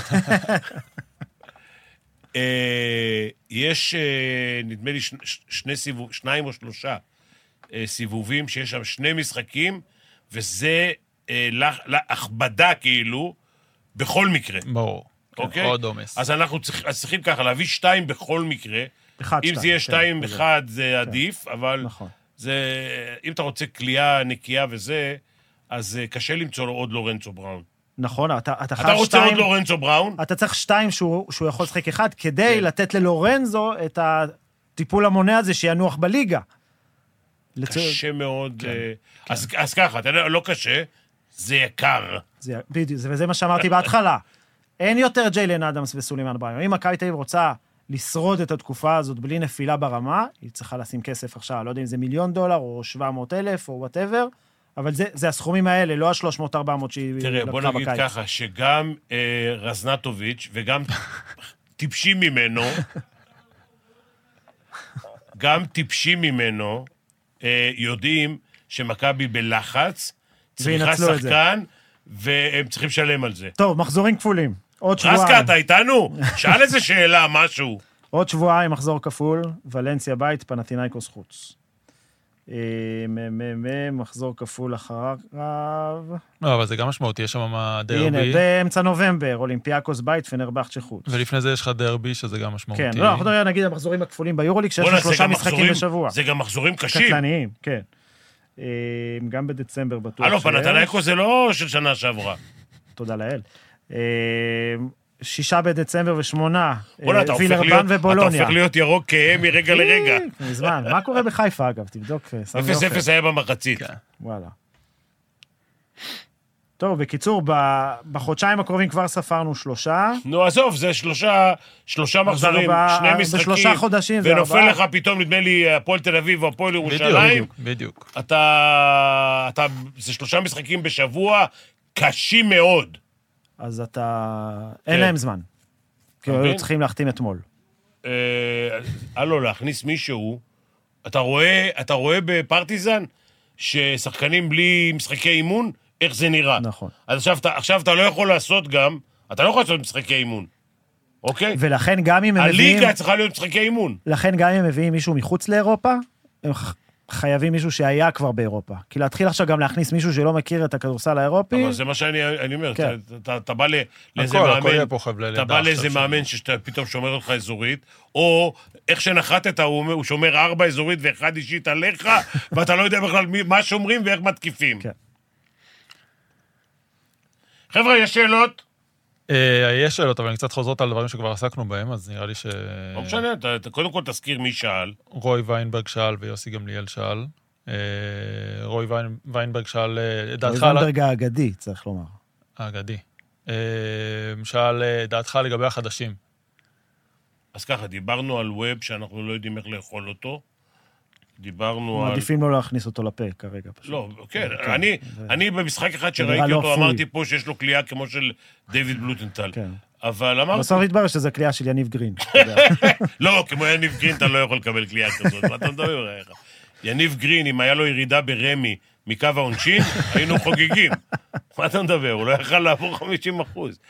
יש, נדמה לי, שני סיבוב, שניים או שלושה סיבובים, שיש שם שני משחקים, וזה להכבדה כאילו, בכל מקרה. ברור. אוקיי? עוד עומס. אז אנחנו צריכים ככה, להביא שתיים בכל מקרה. אם זה יהיה שתיים אחד, זה עדיף, אבל זה, אם אתה רוצה קליעה נקייה וזה, אז קשה למצוא לו עוד לורנצו בראון. נכון, אתה, אתה, אתה רוצה שתיים, עוד לורנזו בראון? אתה צריך שתיים שהוא, שהוא יכול לשחק אחד, כדי כן. לתת ללורנזו את הטיפול המונע הזה שינוח בליגה. קשה לצור... מאוד. כן, uh, כן. אז, אז ככה, אתה יודע, לא קשה, זה יקר. זה, בדיוק, וזה מה שאמרתי בהתחלה. אין יותר ג'יילן אדמס וסולימן בראון. אם מכבי תל אביב רוצה לשרוד את התקופה הזאת בלי נפילה ברמה, היא צריכה לשים כסף עכשיו, לא יודע אם זה מיליון דולר או שבע מאות אלף או whatever, אבל זה, זה הסכומים האלה, לא ה-שלוש מאות ארבע מאות שהיא לקחה בקיץ. תראה, בוא נגיד ככה, שגם אה, רזנטוביץ' וגם טיפשים ממנו, גם טיפשים ממנו, אה, יודעים שמכבי בלחץ, צריכה שחקן, והם צריכים לשלם על זה. טוב, מחזורים כפולים. עוד שבועיים. רסקה, אתה איתנו? שאל איזה שאלה, משהו. עוד שבועיים, מחזור כפול, ולנסיה בית, פנתינייקוס חוץ. מחזור כפול אחריו. לא, אבל זה גם משמעותי, יש שם דרבי. הנה, באמצע נובמבר, אולימפיאקוס בית, פנרבכצ'ה חוץ. ולפני זה יש לך דרבי, שזה גם משמעותי. כן, לא, אנחנו נגיד המחזורים הכפולים ביורוליג, שיש לנו שלושה משחקים בשבוע. זה גם מחזורים קשים. קטלניים, כן. גם בדצמבר בטוח. הלו, פנתינייקוס זה לא של שנה שעברה. תודה לאל. שישה בדצמבר ושמונה, וילרבן ובולוניה. אתה הופך להיות ירוק כהם מרגע לרגע. מזמן. מה קורה בחיפה, אגב? תבדוק. אפס אפס היה במחצית. וואלה. טוב, בקיצור, בחודשיים הקרובים כבר ספרנו שלושה. נו, עזוב, זה שלושה, שלושה מחזורים, שני משחקים. בשלושה חודשים זה ארבעה. ונופל לך פתאום, נדמה לי, הפועל תל אביב או הפועל ירושלים. בדיוק, בדיוק. אתה, זה שלושה משחקים בשבוע, קשים מאוד. אז אתה... אין להם זמן. כי היו צריכים להחתים אתמול. הלו, להכניס מישהו, אתה רואה, אתה רואה בפרטיזן ששחקנים בלי משחקי אימון, איך זה נראה. נכון. אז עכשיו, עכשיו אתה לא יכול לעשות גם, אתה לא יכול לעשות משחקי אימון. אוקיי? ולכן גם אם הם מביאים... הליגה צריכה להיות משחקי אימון. לכן גם אם הם מביאים מישהו מחוץ לאירופה, הם חייבים מישהו שהיה כבר באירופה. כי להתחיל עכשיו גם להכניס מישהו שלא מכיר את הכדורסל האירופי... אבל זה מה שאני אומר, אתה בא לאיזה מאמן, אתה בא לאיזה מאמן שפתאום שומר אותך אזורית, או איך שנחתת, הוא שומר ארבע אזורית ואחד אישית עליך, ואתה לא יודע בכלל מה שומרים ואיך מתקיפים. כן. חבר'ה, יש שאלות? יש שאלות, אבל אני קצת חוזרות על דברים שכבר עסקנו בהם, אז נראה לי ש... לא משנה, קודם כל תזכיר מי שאל. רוי ויינברג שאל ויוסי גמליאל שאל. רוי ויינברג שאל... רוי ויינברג האגדי, צריך לומר. האגדי. שאל דעתך לגבי החדשים. אז ככה, דיברנו על ווב שאנחנו לא יודעים איך לאכול אותו. דיברנו על... מעדיפים לא להכניס אותו לפה כרגע פשוט. לא, כן, אני, אני במשחק אחד שראיתי אותו, אמרתי פה שיש לו קליעה כמו של דיוויד בלוטנטל. כן. אבל אמרתי... בסוף התברר שזה קליעה של יניב גרין. לא, כמו יניב גרין אתה לא יכול לקבל קליעה כזאת. מה אתה מדבר עליך? יניב גרין, אם היה לו ירידה ברמי מקו העונשין, היינו חוגגים. מה אתה מדבר? הוא לא יכל לעבור חמישים אחוז.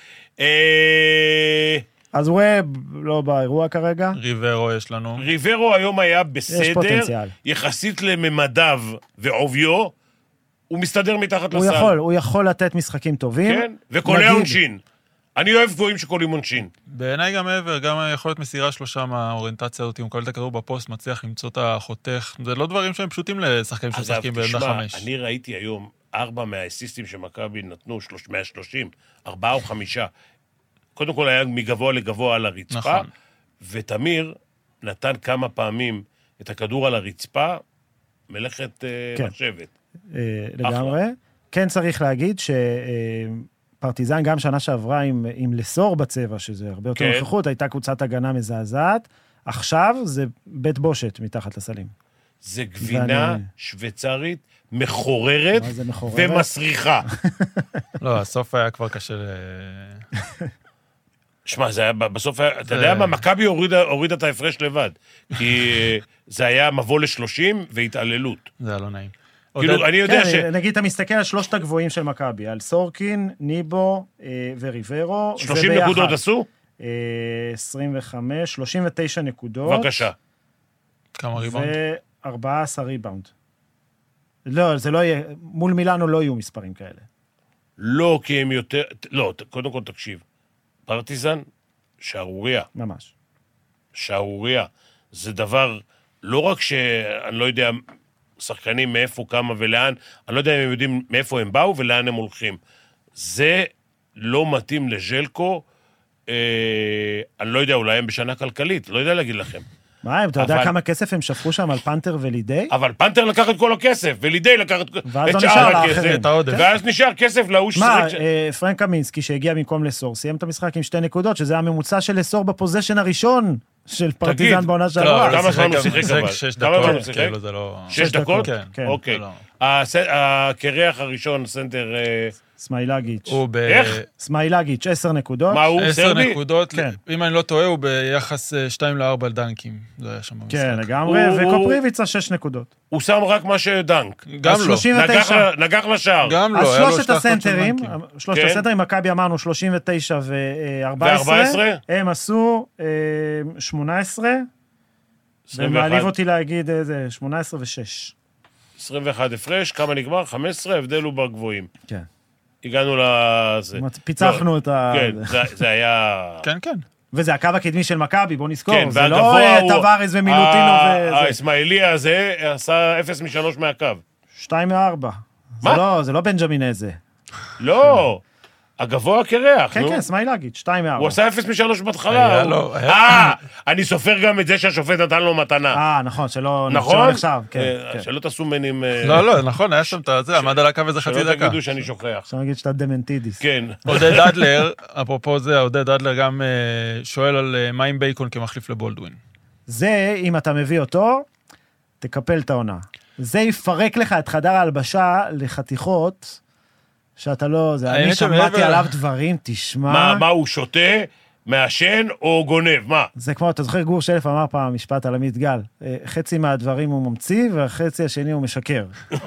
אז ווב לא באירוע כרגע. ריברו יש לנו. ריברו היום היה בסדר, יחסית לממדיו ועוביו, הוא מסתדר מתחת לסל. הוא יכול, הוא יכול לתת משחקים טובים. כן, וקולי העונשין. אני אוהב גבוהים שקולים עונשין. בעיניי גם מעבר, גם יכולת מסירה שלושה מהאוריינטציה הזאת, אם הוא קולל את הכדור בפוסט, מצליח למצוא את החותך. זה לא דברים שהם פשוטים לשחקנים ששחקים בעמדה חמש. אני ראיתי היום ארבע מהאסיסטים שמכבי נתנו, מאה ושלושים, ארבעה או חמישה. קודם כל היה מגבוה לגבוה על הרצפה, נכון. ותמיר נתן כמה פעמים את הכדור על הרצפה, מלאכת כן. מחשבת. אה, לגמרי. כן צריך להגיד שפרטיזן גם שנה שעברה עם, עם לסור בצבע, שזה הרבה יותר כן. נוכחות, הייתה קבוצת הגנה מזעזעת. עכשיו זה בית בושת מתחת לסלים. זה גבינה ואני- שוויצרית, מחוררת מה זה מחוררת? ומסריחה. לא, הסוף היה כבר קשה ל... שמע, זה היה, בסוף היה, אתה זה- יודע מה, מכבי הורידה, הורידה את ההפרש לבד. כי זה היה מבוא ל-שלושים והתעללות. זה היה לא נעים. כאילו, עודד, אני יודע ש... כן, נגיד, אתה מסתכל על שלושת הגבוהים של מכבי, על סורקין, ניבו אה, וריברו. זה שלושים ביחד. נקודות עשו? אה, עשרים וחמש, שלושים ותשע נקודות. בבקשה. כמה ריבאונד? ו-ארבעה עשר ריבאונד. לא, זה לא יהיה, מול מילאנו לא יהיו מספרים כאלה. לא, כי הם יותר... לא, קודם כל תקשיב. פרטיזן, שערוריה. ממש. שערוריה. זה דבר, לא רק שאני לא יודע שחקנים מאיפה, כמה ולאן, אני לא יודע אם הם יודעים מאיפה הם באו ולאן הם הולכים. זה לא מתאים לז'לקו, אה, אני לא יודע, אולי הם בשנה כלכלית, לא יודע להגיד לכם. מה, אתה יודע אבל- כמה כסף הם שפכו שם על פנתר ולידי? אבל פנתר לקח את כל הכסף, ולידי לקח את ואז את לא שאר נשאר הכסף. לאחרים. את העודף. ואז נשאר כסף להוא מה, ששיחק... אה, פרנק קמינסקי שהגיע במקום לסור, סיים את המשחק עם שתי נקודות, שזה הממוצע של לסור בפוזיישן הראשון של פרטיזן בעונה שעברה. כמה זמן הוא שיחק שיחק אבל? שש כמה זמן הוא דקות, שיחק? כאילו זה לא... שש דקות? כן. כן. אוקיי. לא. הס- הקרח הראשון, סנטר... אה, סמיילגיץ'. הוא ב... איך? סמיילגיץ', עשר נקודות. מה הוא? עשר סרבי? נקודות, כן. אם אני לא טועה, הוא ביחס אה, שתיים לארבע על דנקים. זה היה שם במשחק. כן, לגמרי, הוא- וקופריביצה, שש נקודות. הוא שם רק מה שדנק. גם אז לא. שלושים ותשע. נגח ל- נגח לשער. גם לא, אז היה לו שלושת שתי החטאות של הסנטרים, דנקים. שלושת כן. הסנטרים, מכבי אמרנו שלושים ותשע ו-ארבע עשרה, ו-ארבע עשרה? הם עשו אה, שמונה עשרה, עשרים ומעליב ואחת. אותי להגיד איזה, שמונה עשרה ו-שש. עשרים ואחת הפרש, כמה נגמר? חמש עשרה, ההבדל הוא בגבוהים. כן. הגענו לזה. פיצחנו את ה... כן, זה- זה היה... כן, כן. וזה הקו הקדמי של מכבי, בוא נזכור, כן, זה לא והגבוה אה, הוא- טווארז ומילוטינו ה- וזה. האסמאעילי הזה עשה אפס משלוש מהקו. שתיים מארבע. זה מה? לא, זה לא בנג'מין איזה. לא, הגבוה הקרח, כן, נו. כן, סמיילגיץ', שתיים מארבע. הוא עשה אפס משלוש בהתחלה. היה הוא- לו- היה- אה, אני סופר גם את זה שהשופט נתן לו מתנה. אה, נכון, שלא נכון? שלא נחשב, כן, אה, כן. שלא תעשו מנים... אה, לא, לא, נכון, היה שם את זה, עמד על הקו איזה חצי שלא דקה. תגידו שאני שוכח. אפשר להגיד שאתה דמנטידיס. כן. עודד אדלר, אפרופו זה, עודד אדלר גם אה, שואל על אה, מה עם בייקון כמחליף לבולדווין. זה, אם אתה מביא אותו, תקפל את העונה. זה יפרק לך את חדר ההלבשה לחתיכות, שאתה לא... זה, אני האמת שמעתי שמעבר- עליו דברים, תשמע... מה, מה הוא שותה, מעשן או גונב? מה? זה כמו, אתה זוכר, גור שלף אמר פעם משפט על עמית גל, אה, חצי מהדברים הוא ממציא, והחצי השני הוא משקר.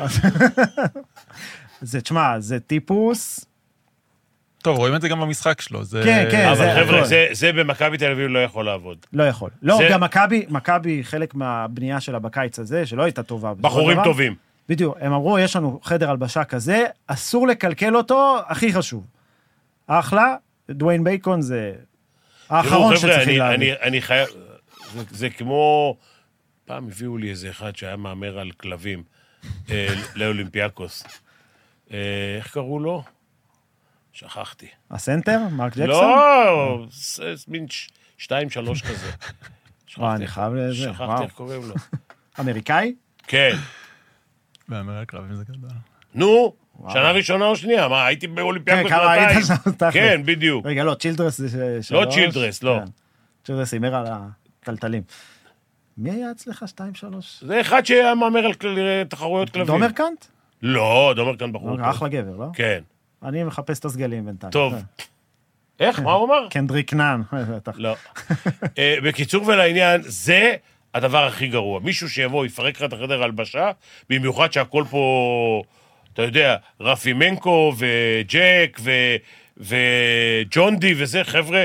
זה, תשמע, זה טיפוס... טוב, רואים את זה גם במשחק שלו. זה... כן, כן, אבל זה חבר'ה, הכל. זה- זה במכבי תל אביב לא יכול לעבוד. לא יכול. לא, זה- גם מכבי, מכבי, חלק מהבנייה שלה בקיץ הזה, שלא הייתה טובה. בסופו של בחורים דבר, טובים. בדיוק, הם אמרו, יש לנו חדר הלבשה כזה, אסור לקלקל אותו, הכי חשוב. אחלה, דוויין בייקון זה האחרון תראו, חבר'ה, שצריכים אני- להביא. אני- אני חייב... זה- זה כמו... פעם הביאו לי איזה אחד שהיה מאמר על כלבים, אה, לאולימפיאקוס. אה, איך קראו לו? שכחתי. הסנטר? מרק ג'קסון? לא, זה מין ש- שתיים, שלוש כזה. וואי, אני חייב לזה, שכחתי וואו. איך קוראים לו. אמריקאי? כן. באמריקה קלבים זה גדול. נו, שנה ראשונה או שנייה, מה, הייתי באולימפיאקוס כן, כמה היית שנתיים. שם, תכל'ס. כן, בדיוק. רגע, לא, צ'ילדרס זה ש- שלוש. צ'ילדרס, לא. כן. צ'ילדרס הימר על הטלטלים. מי היה אצלך? שתיים, שלוש? זה אחד שהיה מאמר על כל- תחרויות כלבים. דומר קאנט? לא, דומר כאן בחור. טוב. אחלה גבר, לא? כן. אני מחפש את הסגלים בינתיים. טוב. כן. איך? מה הוא אמר? קנדריק נאן. בטח. לא. אה, בקיצור ולעניין, זה הדבר הכי גרוע. מישהו שיבוא, יפרק לך את החדר הלבשה, במיוחד שהכל פה, אתה יודע, רפי מנקו וג'ק ו- וג'ון די וזה, חבר'ה,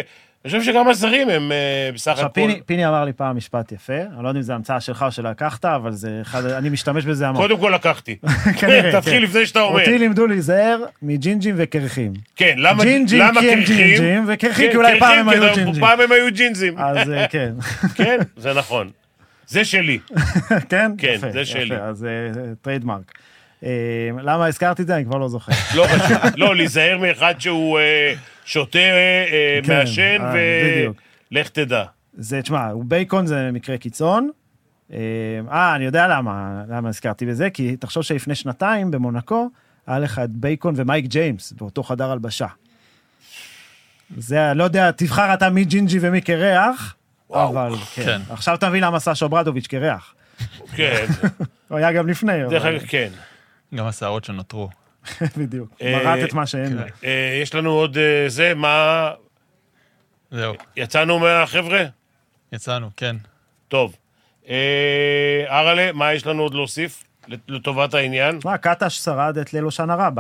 אני חושב שגם הזרים הם uh, בסך עכשיו, הכל... פיני, פיני אמר לי פעם משפט יפה, אני לא יודע אם זה המצאה שלך או שלקחת, אבל זה אחד, אני משתמש בזה המון. קודם כל לקחתי. כנראה, תתחיל כן. לפני שאתה אומר. אותי לימדו להיזהר מג'ינג'ים וקרחים. כן, למה ג'ינג'ים למה כי הם קרחים? ג'ינג'ים, וקרחים כן, כי אולי פעם הם קרחים, היו כי ג'ינג'ים. פעם הם היו ג'ינזים. אז אה, כן. כן, זה נכון. זה שלי. כן? כן, יפה, זה שלי. יפה, אז טריידמרק. למה הזכרתי את זה? אני כבר לא זוכר. לא חשוב. לא, להיזהר מאחד שהוא אה, שותה, אה, כן, מעשן, אה, בדיוק. ולך תדע. זה, תשמע, בייקון זה מקרה קיצון. אה, אני יודע למה, למה הזכרתי בזה, כי תחשוב שלפני שנתיים במונקו, היה לך את בייקון ומייק ג'יימס, באותו חדר הלבשה. זה, לא יודע, תבחר אתה מי ג'ינג'י ומי קרח, אבל כן. כן. עכשיו אתה מבין למה סשה ברדוביץ' קרח. כן. הוא היה גם לפני. דרך אבל- אגב, כן. גם השערות שנותרו. בדיוק. אה, מראת את מה שאין לו. אה, יש לנו עוד אה, זה, מה... זהו, יצאנו מהחבר'ה? יצאנו, כן. טוב. אה, אראלה, מה יש לנו עוד להוסיף לטובת העניין? תשמע, קטש שרד את ליל הושענא רבה.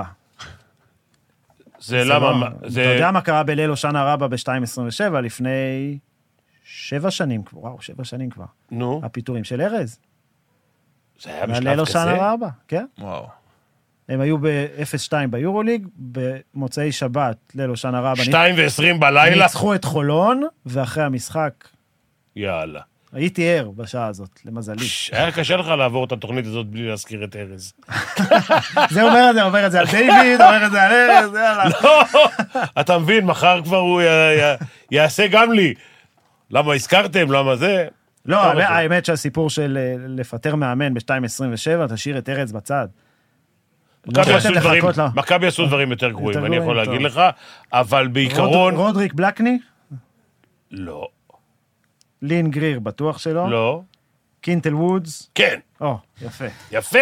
זה זה למה... לא- מה- אתה זה... יודע מה קרה בליל הושענא רבה ב-שתיים עשרים ושבע לפני שבע שנים כבר, וואו, שבע שנים כבר. נו, הפיטורים של ארז. זה היה ליל בשלב הושענא כזה? רבה, כן. וואו. הם היו ב-אפס שתיים ביורוליג, במוצאי שבת, ליל הושענא רבה. שתיים ועשרים בלילה? ניצחו את חולון, ואחרי המשחק, יאללה. הייתי ער בשעה הזאת, למזלי. ש- היה קשה לך לעבור את התוכנית הזאת בלי להזכיר את ארז. זה אומר את זה, אומר את זה על דיוויד, אומר את זה על ארז, יאללה. לא, אתה מבין, מחר כבר הוא י- י- יעשה גם לי. למה הזכרתם? למה זה? לא, טוב, האמת- אז- האמת שהסיפור של אה, לפטר מאמן ב-שתיים עשרים ושבע, תשאיר את ארז בצד. לא מכבי יכולתם עשו דברים- לחכות לו. מכבי עשו דברים יותר גרועים, אני יכול גרועים, להגיד טוב. לך, אבל בעיקרון... רוד- רודריק בלקני, לא, לין גריר, בטוח שלא. לא, קינטל וודס, כן, או, יפה. יפה!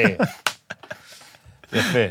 יפה.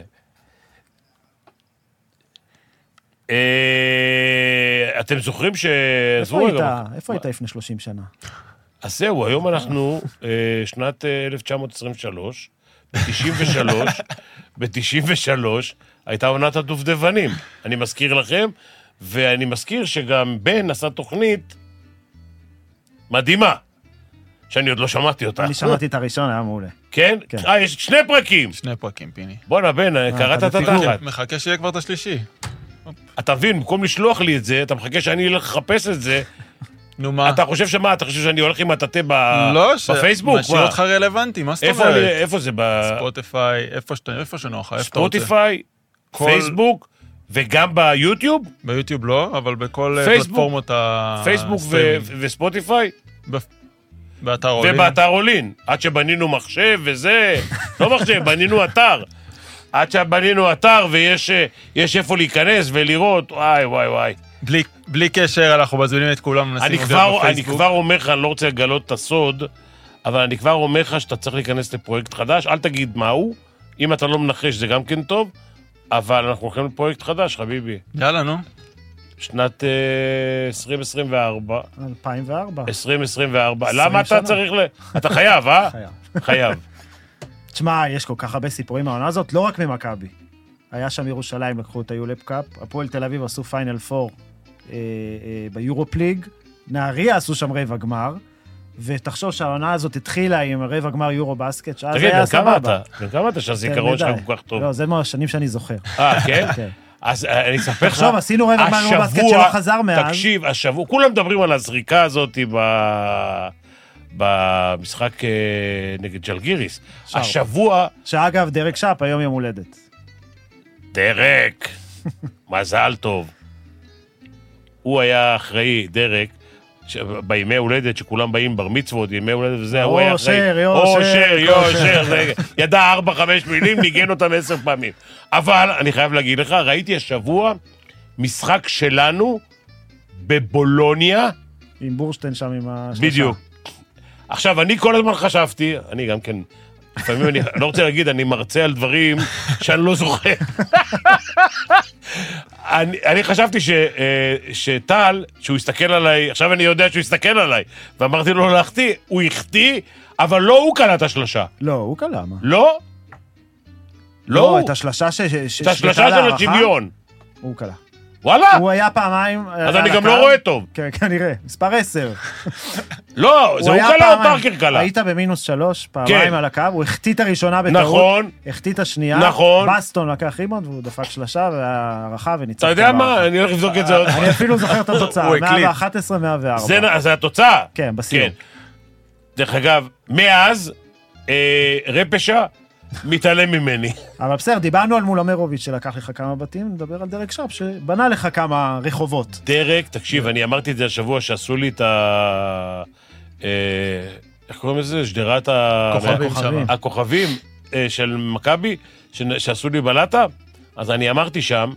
אה, אתם זוכרים איפה שעזבו היית? רגע? איפה היית לפני שלושים שנה? אז זהו, היום אנחנו אה, שנת אה, אלף תשע מאות עשרים ושלוש, ב-תשעים ושלוש, ב-תשעים ושלוש הייתה עונת הדובדבנים. אני מזכיר לכם, ואני מזכיר שגם בן עשה תוכנית מדהימה, שאני עוד לא שמעתי אותה. אני שמעתי את הראשון, היה מעולה. כן? כן. אה, יש שני פרקים. שני פרקים, פיני. בואנה, בן, קראת אתה את בפיגור. התחת. מחכה שיהיה כבר את השלישי. אתה מבין, במקום לשלוח לי את זה, אתה מחכה שאני אלך לחפש את זה, נו מה? אתה חושב שמה, אתה חושב שאני הולך עם הטאטה ב- לא, ש- בפייסבוק? משאיר מה? אותך רלוונטי, מה זאת איפה אומרת? אני- איפה זה? ב- ספוטיפיי, איפה שאתה- איפה שנוח, איפה אתה רוצה. ספוטיפיי, כל- פייסבוק, וגם ביוטיוב? ביוטיוב לא, אבל בכל אה, פייסבוק. פלטפורמות ה... פייסבוק ו- הסטרימינג. וספוטיפיי? ב- באתר עולים. ובאתר עולין. עד שבנינו מחשב וזה, לא מחשב, בנינו אתר. עד שבנינו אתר ויש אה, יש איפה להיכנס ולראות, וואי וואי וואי. בלי- בלי קשר, אנחנו מזמינים את כולם, מנסים אני להיות כבר, אני בפייסבוק. כבר אומר לך, אני לא רוצה לגלות את הסוד, אבל אני כבר אומר לך שאתה צריך להיכנס לפרויקט חדש, אל תגיד מהו, אם אתה לא מנחש זה גם כן טוב, אבל אנחנו הולכים לפרויקט חדש, חביבי. יאללה, נו. שנת אה, עשרים עשרים וארבע, אלפיים וארבע. עשרים עשרים וארבע, עשרים למה אתה שנה. צריך ל... אתה חייב, אה? חייב. חייב. תשמע, יש כל כך הרבה סיפורים מהעונה הזאת, לא רק ממכבי. היה שם ירושלים, לקחו את היולפ קאפ, הפועל תל אביב עשו פיינל פור אה, אה, ביורופליג, נהריה עשו שם רבע גמר, ותחשוב שהעונה הזאת התחילה עם רבע גמר יורו בסקט, שאז תגיד, היה בן כמה סבבה. אתה? בן כמה אתה שהזיכרון שלך מדי. כל כך טוב? לא, זה מהשנים שאני זוכר. אה, כן? כן. אז אה, אני אספר לך... תחשוב, עשינו רבע גמר יורו בסקט השבוע- שלא חזר מאז. תקשיב, השבוע, כולם מדברים על הזריקה הזאת ב... במשחק אה, נגד ג'לגיריס. שער. השבוע, שאגב, דרק שפ, היום יום הולדת. דרק, מזל טוב. הוא היה אחראי, דרק, ש- בימי הולדת, שכולם באים בר מצוות, ימי הולדת וזה, הוא היה אחראי. אושר, יושר, אושר, יושר. יושר, זה- ידע ארבע, חמש מילים, ניגן אותם עשר פעמים. אבל, אני חייב להגיד לך, ראיתי השבוע משחק שלנו בבולוניה, עם בורשטיין שם עם השלושה. בדיוק. עכשיו, אני כל הזמן חשבתי, אני גם כן, לפעמים אני לא רוצה להגיד, אני מרצה על דברים שאני לא זוכר. אני, אני חשבתי ש, אה, שטל, שהוא הסתכל עליי, עכשיו אני יודע שהוא הסתכל עליי, ואמרתי לו להחטיא, הוא החטיא, אבל לא הוא קלע את השלושה. לא, הוא קלע, מה? לא? לא לא, הוא. את השלושה ש... ש- את השלושה ששלטה של להערכה, השוויון. הוא קלע. וואלה? הוא היה פעמיים... אז אני גם לא רואה טוב. כן, כנראה. מספר עשר. לא, זה הוא קלה או פארקר קלה? היית במינוס שלוש, פעמיים על הקו, הוא החטיא את הראשונה בטעות. נכון. החטיא את השנייה. נכון. בסטון לקח ריבאונד, והוא דפק שלשה והערכה וניצח. אתה יודע מה? אני הולך לבדוק את זה עוד. אני אפילו זוכר את התוצאה. מאה ואחת עשרה מאה וארבע. זה התוצאה? כן, בסיום. דרך אגב, מאז, רפשה מתעלם ממני. אבל בסדר, דיברנו על מולמרוביץ' שלקח לך כמה בתים, נדבר על דרק שרפ שבנה לך כמה רחובות. דרק, תקשיב, אני אמרתי את זה השבוע שעשו לי את ה... איך קוראים לזה? שדרת הכוכבים של מכבי, שעשו לי בלטה, אז אני אמרתי שם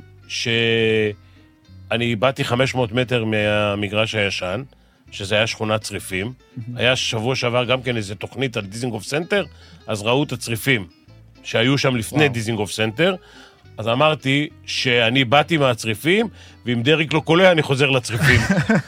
שאני באתי חמש מאות מטר מהמגרש הישן, שזה היה שכונת צריפים. היה שבוע שעבר גם כן איזו תוכנית על דיזינגוף סנטר, אז ראו את הצריפים שהיו שם לפני דיזינגוף סנטר, אז אמרתי שאני באתי מהצריפים, ואם דריק לא קולה, אני חוזר לצריפים.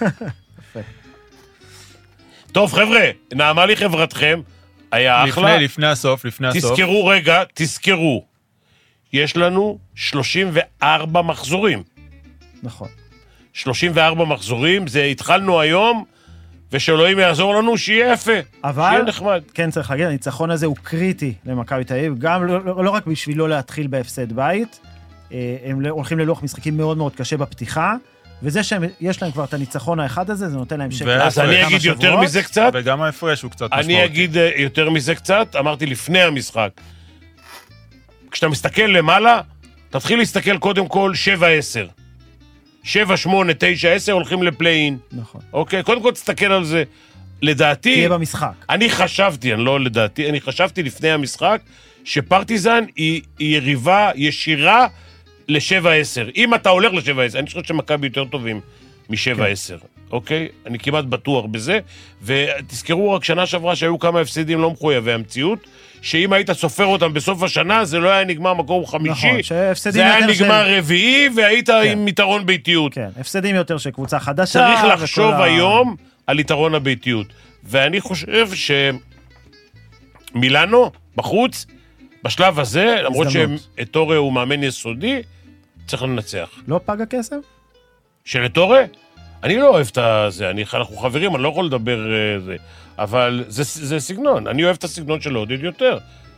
טוב, חבר'ה, נעמה לי חברתכם, היה אחלה. לפני, לפני הסוף, לפני הסוף. תזכרו רגע, תזכרו. יש לנו שלושים וארבע מחזורים. נכון. שלושים וארבע מחזורים, זה התחלנו היום, ושאלוהים יעזור לנו, שיהיה יפה, אבל, שיהיה נחמד. כן, צריך להגיד, הניצחון הזה הוא קריטי למכבי תל אביב, גם לא, לא רק בשביל לא להתחיל בהפסד בית, הם הולכים ללוח משחקים מאוד מאוד קשה בפתיחה, וזה שיש להם כבר את הניצחון האחד הזה, זה נותן להם שקל. אז אני אגיד יותר מזה קצת. וגם ההפרש הוא קצת משמעותי. אני אגיד יותר מזה קצת, אמרתי לפני המשחק. כשאתה מסתכל למעלה, תתחיל להסתכל קודם כל שבע עשר. שבע, שמונה, תשע, עשר הולכים לפליין. נכון. אוקיי, קודם כל תסתכל על זה. לדעתי... תהיה במשחק. אני חשבתי, אני לא לדעתי, אני חשבתי לפני המשחק, שפרטיזן היא, היא יריבה ישירה לשבע עשר. אם אתה הולך לשבע עשר, אני חושב שמכבי יותר טובים משבע עשר. אוקיי? אני כמעט בטוח בזה. ותזכרו רק שנה שעברה שהיו כמה הפסדים לא מחויבי המציאות, שאם היית סופר אותם בסוף השנה, זה לא היה נגמר מקום חמישי, נכון, זה היה נגמר של... רביעי, והיית כן. עם יתרון ביתיות. כן, הפסדים יותר של קבוצה חדשה. צריך לחשוב היום ה... על יתרון הביתיות. ואני חושב שמילאנו, בחוץ, בשלב הזה, למרות שאתורה הוא מאמן יסודי, צריך לנצח. לא פג הכסף? של אתורה? אני לא אוהב את זה, אני, אנחנו חברים, אני לא יכול לדבר זה. אבל זה, זה סגנון, אני אוהב את הסגנון של לעודד יותר.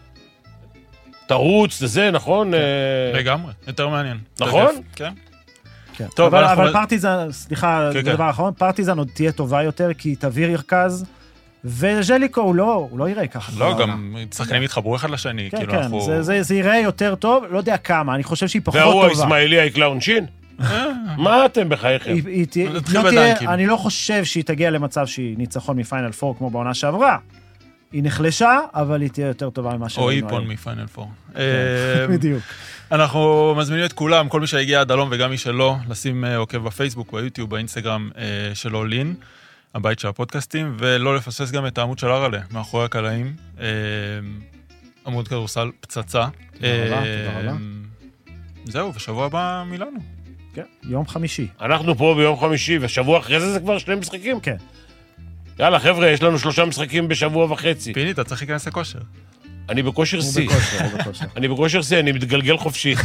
תרוץ, זה, נכון? לגמרי, יותר מעניין. נכון? כן. כן. טוב, אבל, אבל פרטיזן, סליחה, כן, דבר כן. אחרון, פרטיזן עוד תהיה טובה יותר, כי תביא ירכז, וז'ליקו הוא לא, הוא לא יראה ככה. לא, גם שחקנים יתחברו אחד לשני. כן, כאילו כן, אנחנו... זה, זה, זה יראה יותר טוב, לא יודע כמה, אני חושב שהיא פחות טובה. והוא הישמעאלי היקלה עונשין? מה אתם בחייכם? אני לא חושב שהיא תגיע למצב שהיא ניצחון מפיינל פור כמו בעונה שעברה. היא נחלשה, אבל היא תהיה יותר טובה ממה שראינו היום. או איפון מפיינל פור. בדיוק. אנחנו מזמינים את כולם, כל מי שהגיע עד הלום וגם מי שלא, לשים עוקב בפייסבוק, ביוטיוב, באינסטגרם של אולין, הבית של הפודקאסטים, ולא לפספס גם את העמוד של ארלה, מאחורי הקלעים. עמוד כדורסל פצצה. תודה רבה, תודה רבה. זהו, ושבוע הבא מילאנו. כן, יום חמישי. אנחנו פה ביום חמישי, ושבוע אחרי זה זה כבר שני משחקים? כן. יאללה, חבר'ה, יש לנו שלושה משחקים בשבוע וחצי. פיני, אתה צריך להיכנס לכושר. אני בכושר הוא סי. בכושר, הוא בכושר. אני בכושר סי, אני מתגלגל חופשי.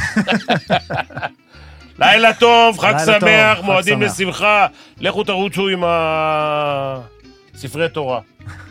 לילה טוב, חג שמח, מועדים לשמחה. לכו תרוצו עם הספרי תורה.